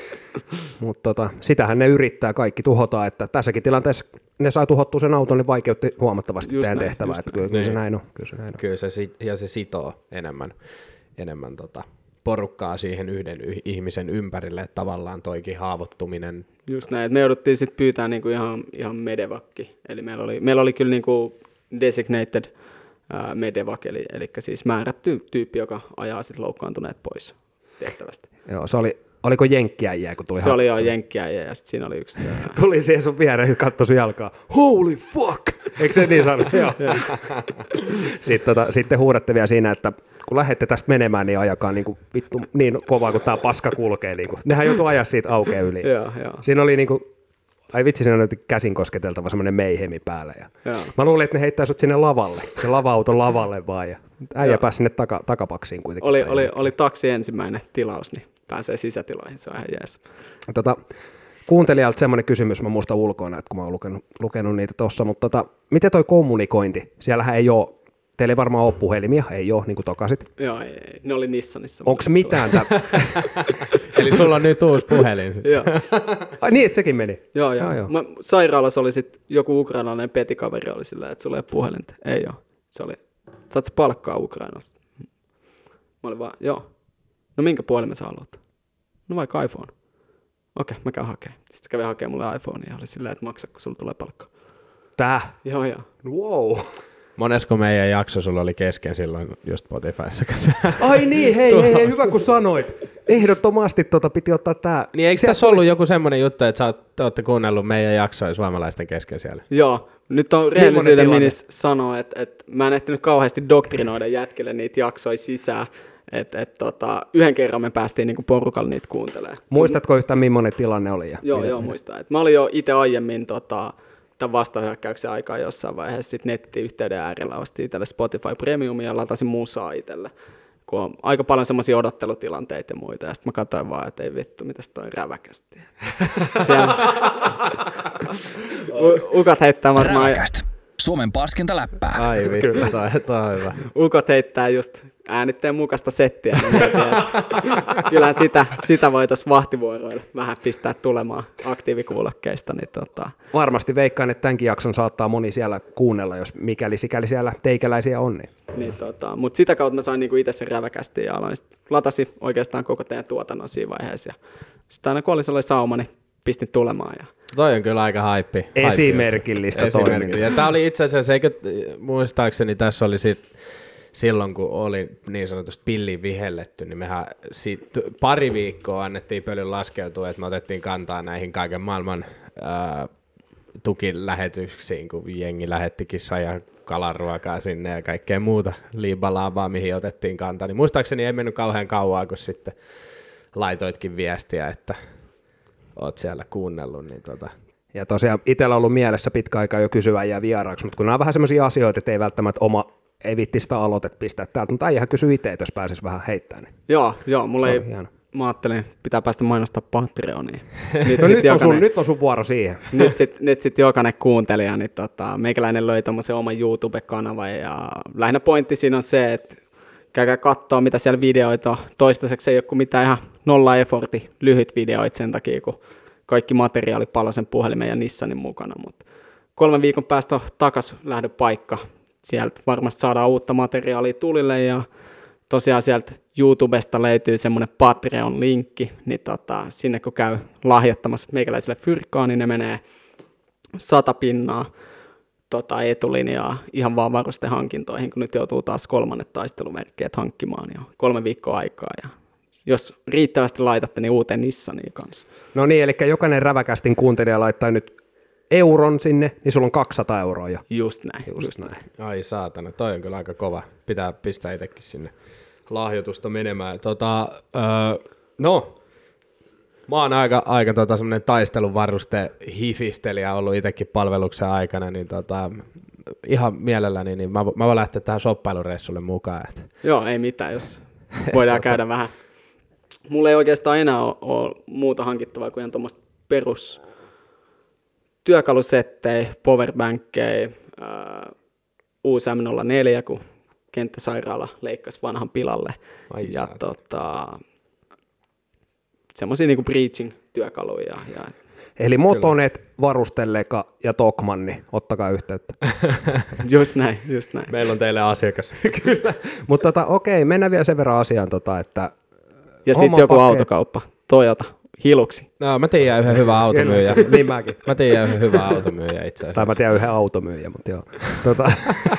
Mutta tota, sitähän ne yrittää kaikki tuhota, että tässäkin tilanteessa ne sai tuhottua sen auton, niin vaikeutti huomattavasti Just teidän näin, tehtävää. just Että näin. kyllä, kyllä, Niin. se näin on, kyllä se näin on. Kyllä se, sit- ja se sitoo enemmän, enemmän tota porukkaa siihen yhden y- ihmisen ympärille, että tavallaan toikin haavoittuminen. Just näin, että me jouduttiin sitten pyytää niinku ihan, ihan medevakki, eli meillä oli, meillä oli kyllä niinku designated uh, medevak, eli, eli siis määrätty tyyppi, joka ajaa sitten loukkaantuneet pois tehtävästä. Joo, se oli, oliko jenkkiäjiä, kun tuli Se oli jo hattu? jenkkiä ja sitten siinä oli yksi... Uh, Tuli siihen sun viereen ja katsoi sun jalkaa. Holy fuck! Eikö se niin sano? Joo. Sitten, tota, sitten huudatte vielä siinä, että kun lähdette tästä menemään, niin ajakaa niin kuin, vittu niin kovaa, kun tää paska kulkee. Niin kuin. Nehän joutuu ajaa siitä aukeen yli. Joo, joo. Siinä oli niin kuin, ai vitsi, siinä oli käsin kosketeltava semmoinen meihemi päällä. Ja Joo. mä luulin, että ne heittää sut sinne lavalle, se lava-auton lavalle vaan. Ja äijä Joo. pääsi sinne taka, takapaksiin kuitenkin. Oli, oli, oli taksi ensimmäinen tilaus, niin pääsee sisätiloihin, se on ihan jees. Tota, kuuntelijalta semmoinen kysymys, mä muistan ulkoina, että kun mä oon lukenut, lukenut niitä tossa, mutta tota, miten toi kommunikointi? Siellähän ei ole, teillä ei varmaan ole puhelimia, ei ole, niin kuin tokasit. Joo, ei, ei. Ne oli Nissanissa. Onko mitään tä... Eli sulla on nyt uusi puhelin. Joo, Ai niin, että sekin meni. joo, joo. Joo, joo. Mä, sairaalassa oli sitten joku ukrainalainen petikaveri oli silleen, että sulla ei ole puhelinta. Ei ole. Se oli, saat sä palkkaa Ukrainasta? Mä olin vaan, joo. No minkä puhelimen sä haluat? No vaikka iPhone. Okei, mä käyn hakemaan. Sitten se kävi hakemaan mulle iPhone ja oli silleen, että maksa, kun sulla tulee palkkaa. Tää? Joo, joo. Wow. Monesko meidän jakso sulla oli kesken silloin just Spotifyssa? Ai niin, hei, hei, hei, hyvä kun sanoit. Ehdottomasti tota piti ottaa tää. Niin eikö tässä ollut joku semmoinen juttu, että sä oot, te ootte kuunnellut meidän jaksoja suomalaisten kesken siellä? Joo, nyt on Millainen rehellisyyden tilanne? minis sanoa, että, että mä en ehtinyt kauheasti doktrinoida jätkille niitä jaksoja sisään. Että et, tota, yhden kerran me päästiin niinku porukalla niitä kuuntelemaan. Muistatko yhtään, millainen tilanne oli? Ja Joo, mitä- joo, muistan. Et mä olin jo itse aiemmin tota, tämän vastahyökkäyksen aikaa jossain vaiheessa sit nettiyhteyden äärellä ostin itselle Spotify Premium ja latasin musaa itselle. Kun on aika paljon semmoisia odottelutilanteita ja muita. Ja sitten mä katsoin vaan, että ei vittu, mitäs toi räväkästi. Siellä U- ukat heittää varmaan... Räväkästä. Suomen paskinta läppää. Ai vittu, toi, toi on hyvä. Ukot heittää just äänitteen mukaista settiä. Niin mietin, että kyllähän sitä, sitä voitaisiin vahtivuoroilla vähän pistää tulemaan aktiivikuulokkeista. Niin tota, Varmasti veikkaan, että tämänkin jakson saattaa moni siellä kuunnella, jos mikäli sikäli siellä teikäläisiä on. Niin. niin tota, mutta sitä kautta mä sain niinku itse sen räväkästi ja aloin sit latasi oikeastaan koko teidän tuotannon siinä vaiheessa. Sitten aina kun oli sellainen sauma, niin pistin tulemaan. Ja... Toi on kyllä aika haippi. Esimerkillistä Esimerkki. toimintaa. Ja tää oli itse asiassa, eikö, muistaakseni tässä oli sit, silloin, kun oli niin sanotusti pilliin vihelletty, niin mehän sit, pari viikkoa annettiin pölyn laskeutua, että me otettiin kantaa näihin kaiken maailman ää, tukilähetyksiin, kun jengi lähetti kissaa ja kalaruokaa sinne ja kaikkea muuta liibalaavaa, mihin otettiin kantaa. Niin muistaakseni ei mennyt kauhean kauaa, kun sitten laitoitkin viestiä, että oot siellä kuunnellut, niin tota... Ja tosiaan itsellä on ollut mielessä pitkä aikaa jo kysyä ja vieraaksi, mutta kun nämä on vähän semmoisia asioita, että ei välttämättä oma, ei vitti sitä aloitet pistää täältä, mutta äijähän kysyy itse, että jos pääsisi vähän heittämään. Niin Joo, joo, mulla se ei on hieno. mä ajattelin, pitää päästä mainostaa Patreoniin. Nyt, No sit nyt, on jokainen, sun, nyt on sun vuoro siihen. nyt sitten nyt sit jokainen kuuntelija, niin tota, meikäläinen löi tommosen oman YouTube-kanavan ja lähinnä pointti siinä on se, että käykää katsoa, mitä siellä videoita on. Toistaiseksi ei ole kuin mitään ihan nolla efforti lyhyt videoita sen takia, kun kaikki materiaali paloi sen puhelimen ja Nissanin mukana, mutta kolmen viikon päästä on takas lähdöpaikka. Sieltä varmasti saadaan uutta materiaalia tulille ja tosiaan sieltä YouTubesta löytyy semmoinen Patreon-linkki, niin tota, sinne kun käy lahjoittamassa meikäläiselle fyrkkaa, niin ne menee sata pinnaa tota, etulinjaa ihan vaan varustehankintoihin, kun nyt joutuu taas kolmannet taistelumerkkeet hankkimaan ja kolme viikkoa aikaa. Ja jos riittävästi laitatte, niin uuteen Nissaniin kanssa. No niin, eli jokainen räväkästin kuuntelija laittaa nyt euron sinne, niin sulla on kaksisataa euroa jo. Just näin. Just, just näin. Ai saatana, toi on kyllä aika kova. Pitää pistää itsekin sinne lahjoitusta menemään. Tota, öö, no, mä oon aika, aika tota, semmoinen taisteluvaruste hifistelijä ollut itsekin palveluksen aikana, niin tota, ihan mielelläni, niin mä, mä voin lähteä tähän shoppailureissulle mukaan. Että. Joo, ei mitään, jos voidaan käydä vähän. Mulla ei oikeastaan enää ole, ole muuta hankittavaa kuin ihan tuommoista perus työkalusettejä, powerbankkejä, ää, uusi M nolla neljä, kun kenttäsairaala leikkasi vanhan pilalle. Ai ja saatana. tota, semmoisia niinku breaching-työkaluja. Ja, Eli Motonet, Varustelleka ja Tokmanni, ottakaa yhteyttä. just näin, just näin. Meillä on teille asiakas. Kyllä, mutta tota, okei, mennään vielä sen verran asiaan, tota, että Ja homma sitten joku pakee- autokauppa, Toyota, Hiluksi. No, mä tiedän yhden hyvän automyyjä. niin mäkin. Mä tiedän yhden hyvän automyyjä itse asiassa. Tai mä tiedän yhden automyyjä, mutta joo. Tota,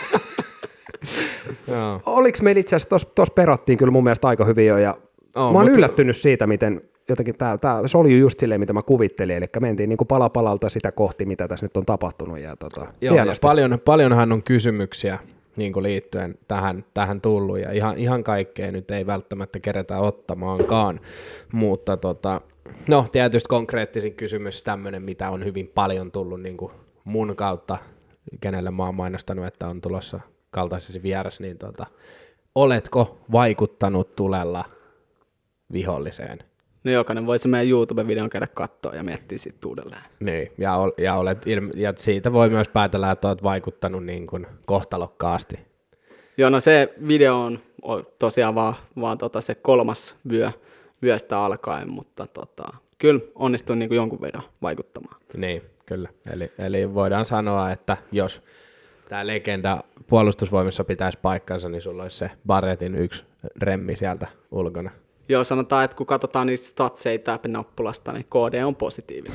Joo. Oliko meillä itse asiassa, tuossa perattiin kyllä mun mielestä aika hyvin jo, ja Oh, mä oon mutta- yllättynyt siitä, miten jotenkin tää, tää soljui just silleen, mitä mä kuvittelin, eli mentiin niin kuin pala palalta sitä kohti, mitä tässä nyt on tapahtunut, ja tota, Joo, ja hienosti. paljon, paljonhan on kysymyksiä niin kuin liittyen tähän, tähän tullut, ja ihan, ihan kaikkea nyt ei välttämättä keretä ottamaankaan, mutta tota, no tietysti konkreettisin kysymys tämmöinen, mitä on hyvin paljon tullut niin kuin mun kautta, kenelle mä oon mainostanut, että on tulossa kaltaisesi vieras, niin tota, oletko vaikuttanut tulella viholliseen? No jokainen voi se meidän YouTube-videon käydä katsoa ja miettiä sitten uudelleen. Niin, ja, ol, ja, olet ilme- ja siitä voi myös päätellä, että olet vaikuttanut niin kuin kohtalokkaasti. Joo, no se video on, on tosiaan vaan, vaan tota se kolmas vyö, vyöstä alkaen, mutta tota, kyllä onnistuin niin kuin jonkun verran vaikuttamaan. Niin, kyllä. Eli, eli voidaan sanoa, että jos tämä legenda puolustusvoimissa pitäisi paikkansa, niin sulla olisi se Barrettin yksi remmi sieltä ulkona. Joo, sanotaan, että kun katsotaan niitä statseja tab-nappulasta, niin K D on positiivinen.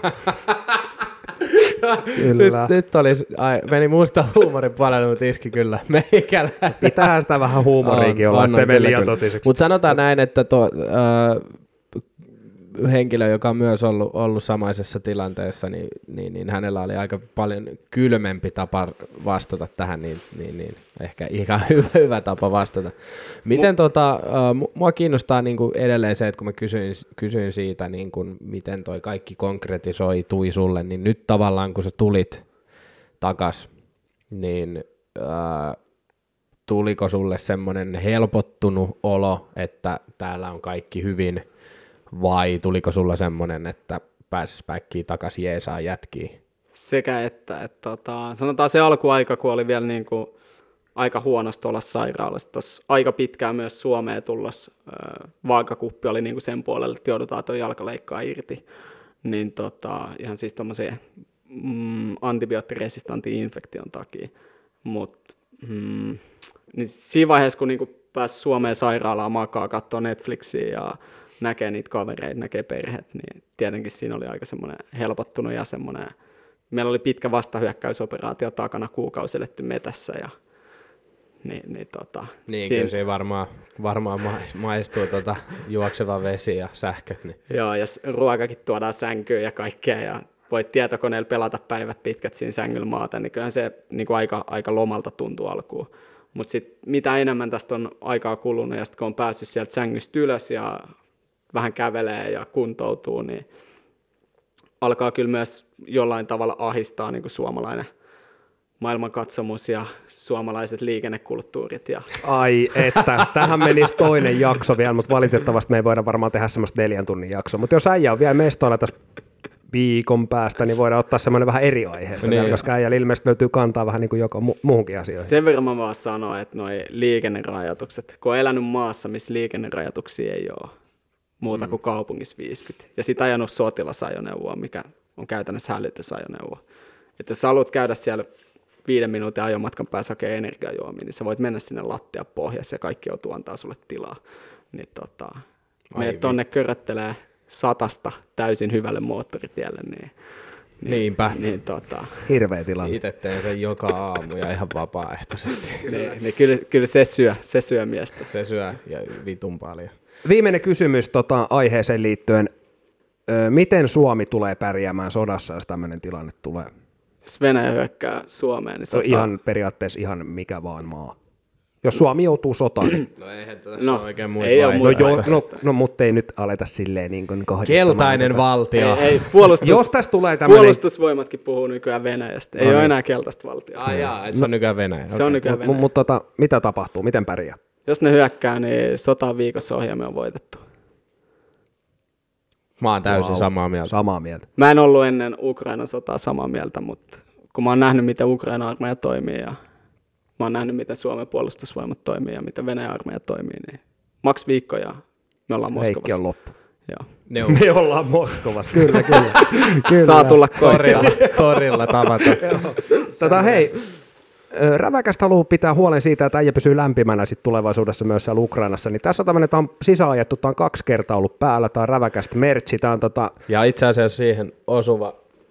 Kyllä. Nyt, nyt oli, ai, meni muusta huumorin puolelle, mutta iski kyllä meikäläisen. Pitäähän sitä vähän huumoriikin olla, ettei mene liian totiseksi. Mutta sanotaan näin, että tuo, äh, henkilö, joka on myös ollut, ollut samaisessa tilanteessa, niin, niin, niin hänellä oli aika paljon kylmempi tapa vastata tähän, niin, niin, niin ehkä ihan hyvä, hyvä tapa vastata. Miten Mu- tota, äh, mua kiinnostaa niin kuin edelleen se, että kun mä kysyin, kysyin siitä, niin kuin, miten toi kaikki konkretisoitui sulle, niin nyt tavallaan kun sä tulit takas, niin äh, tuliko sulle semmoinen helpottunut olo, että täällä on kaikki hyvin, vai tuliko sulla semmoinen, että pääsis päkkiin takaisin jeesaa jätkiin? Sekä että, että tota, sanotaan se alkuaika, kun oli vielä niin kuin aika huonosti olla sairaalassa. Tuossa aika pitkään myös Suomeen tullas äh, vaakakuppi oli niin kuin sen puolelle, että joudutaan tuo jalkaleikkaa irti. Niin tota, ihan siis tuommoisen mm, antibioottiresistantin infektion takia. Mutta mm, niin siinä vaiheessa, kun niin kuin pääsi Suomeen sairaalaan makaa, katsoo Netflixiä ja näkee niitä kavereita, näkee perheet, niin tietenkin siinä oli aika semmoinen helpottunut ja semmoinen, meillä oli pitkä vastahyökkäysoperaatio takana, kuukausi eletty metässä ja niin, niin, tota, Niin, siinä, kyllä siinä varmaan, varmaan maistuu tota juokseva vesi ja sähköt. Niin. joo, ja ruokakin tuodaan sänkyyn ja kaikkea ja voit tietokoneella pelata päivät pitkät siinä sängyllä maata, niin kyllä se niin kuin aika, aika lomalta tuntuu alkuun. Mutta sitten mitä enemmän tästä on aikaa kulunut ja sitten kun on päässyt sieltä sängystä ylös ja vähän kävelee ja kuntoutuu, niin alkaa kyllä myös jollain tavalla ahistaa niin kuin suomalainen maailmankatsomus ja suomalaiset liikennekulttuurit. Ja... Ai että, tähän menisi toinen jakso vielä, mutta valitettavasti me ei voida varmaan tehdä semmoista neljän tunnin jaksoa. Mutta jos äijä on vielä mestoilla tässä viikon päästä, niin voidaan ottaa semmoinen vähän eri aiheesta, niin, koska äijällä ilmeisesti löytyy kantaa vähän niin kuin joka mu- muuhunkin asioihin. Sen verran mä vaan sanon, että noi liikennerajoitukset, kun on elänyt maassa, missä liikennerajoituksia ei ole muuta mm. kuin kaupungissa viisikymmentä, ja sit ajanut sotilasajoneuvoa, mikä on käytännössä hälytysajoneuvo. Että jos sä haluat käydä siellä viiden minuutin ajomatkan päässä hakemaan energiajuomia, niin sä voit mennä sinne lattia pohjassa ja kaikki joutuu antaa sulle tilaa. Niin tota, menet tonne köröttelee satasta täysin hyvälle moottoritielle, niin, niin, Niinpä. niin tota, Hirveä tilanne. Itse teen sen joka aamu ja ihan vapaaehtoisesti. niin, niin kyllä, kyllä se syö, se syö miestä. Se syö ja vitun paljon. Viimeinen kysymys tota, aiheeseen liittyen. Ö, miten Suomi tulee pärjäämään sodassa, jos tämmöinen tilanne tulee? Jos Venäjä hyökkää Suomeen, niin Se on sota... ihan periaatteessa ihan mikä vaan maa. Jos Suomi joutuu sotaan, niin... No eihän tässä No, ole oikein muita ei ole No, muita. joo, no, no mutta ei nyt aleta silleen niin kuin kohdistamaan. Keltainen tätä. valtio. Ei, ei, puolustus, Jos tästä tulee tämmöinen... puolustusvoimatkin puhuu nykyään Venäjästä. Ei No ole niin. enää keltaista valtiota. Ai jaa, että se on nykyään Venäjä. Se on nykyään Mutta Venäjä. mut, tota, mitä tapahtuu? Miten pärjää? Jos ne hyökkää, niin sota on viikossa ohi ja me on voitettu. Mä oon täysin Wow. samaa mieltä. Samaa mieltä. Mä en ollut ennen Ukrainan sotaa samaa mieltä, mutta kun mä oon nähnyt, miten Ukrainan armeija toimii ja mä oon nähnyt, miten Suomen puolustusvoimat toimii ja miten Venäjän armeija toimii, niin maks viikko ja me ollaan Heikki Moskovassa. on loppu. Joo. Ne on Me ollaan Moskovassa, kyllä, kyllä. kyllä. Saa tulla koittaa. torilla, torilla tavata. Tota, hei, ö, Räväkästä haluaa pitää huolen siitä, että äijä pysyy lämpimänä sit tulevaisuudessa myös siellä Ukrainassa. Niin tässä on tämmöinen, tämä on sisäänajettu, tämä on kaksi kertaa ollut päällä, tämä on Räväkästä mertsi, tämä on tota, Ja itse asiassa siihen osuva.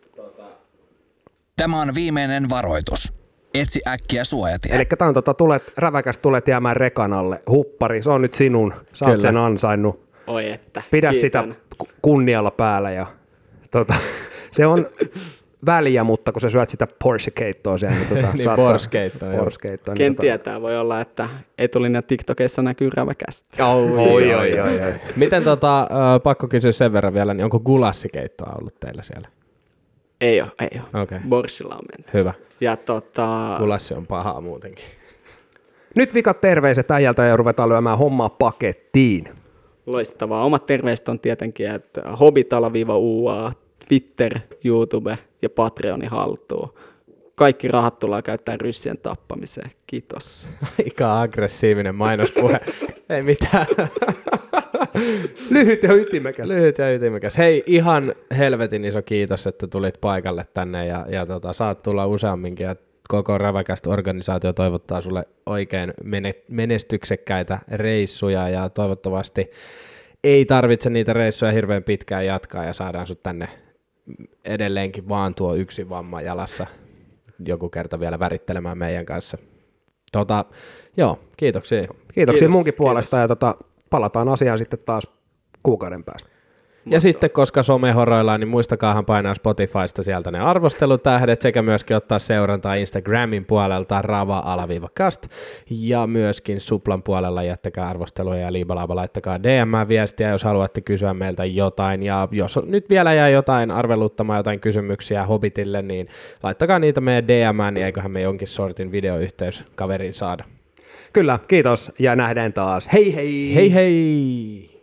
Tämä on viimeinen varoitus. Etsi äkkiä suojatie. eli tämä on tota, tulet, Räväkästä tulet jäämään rekan alle. Huppari, se on nyt sinun, sä oot Kyllä. sen ansainnut. Oi että. Pidä Kiitän. sitä ku- kunnialla päällä ja tota, se on väliä, mutta kun sä syöt sitä Porsche-keittoa siellä, niin, tota, Niin, saattaa- Porsche-keittoa, joo. Porsche-keittoa, Ken tota- tietää, voi olla, että etulinja TikTokissa näkyy räväkästä. Oi, oi, oi, oi. Miten tota, äh, pakko kysyä sen verran vielä, niin onko gulassikeittoa ollut teillä siellä? Ei ole, ei ole. Okei. Borssilla on menty. Hyvä. Ja tota, Gulassi on pahaa muutenkin. Nyt vikat terveiset äijältä ja ruvetaan lyömään hommaa pakettiin. loistavaa. Omat terveiset on tietenkin, että hobbitala-U A, Twitter, YouTube ja Patreoni haltuun. Kaikki rahat tullaan käyttää ryssien tappamiseen. Kiitos. Aika aggressiivinen mainospuhe. Ei mitään. Lyhyt ja ytimekäs. Lyhyt ja ytimekäs. Hei, ihan helvetin iso kiitos, että tulit paikalle tänne ja, ja tota, saat tulla useamminkin. Ja koko Räväkästä organisaatio toivottaa sulle oikein menestyksekkäitä reissuja ja toivottavasti ei tarvitse niitä reissuja hirveän pitkään jatkaa ja saadaan sut tänne edelleenkin vaan tuo yksi vamma jalassa joku kerta vielä värittelemään meidän kanssa. Tota, joo, kiitoksia. Kiitoksia Kiitos, munkin puolesta kiitos. ja tota, palataan asiaan sitten taas kuukauden päästä. Ja sitten, koska somehoroillaan, niin muistakaahan painaa Spotifysta sieltä ne arvostelutähdet sekä myöskin ottaa seurantaa Instagramin puolelta rava-kast ja myöskin Suplan puolella jättäkää arvosteluja ja liibalaba laittakaa D M-viestiä, jos haluatte kysyä meiltä jotain ja jos nyt vielä jää jotain arveluttamaan, jotain kysymyksiä Hobbitille, niin laittakaa niitä meidän D M:ään, niin eiköhän me jonkin sortin videoyhteys kaverin saada. Kyllä, kiitos ja nähdään taas. Hei hei! Hei hei!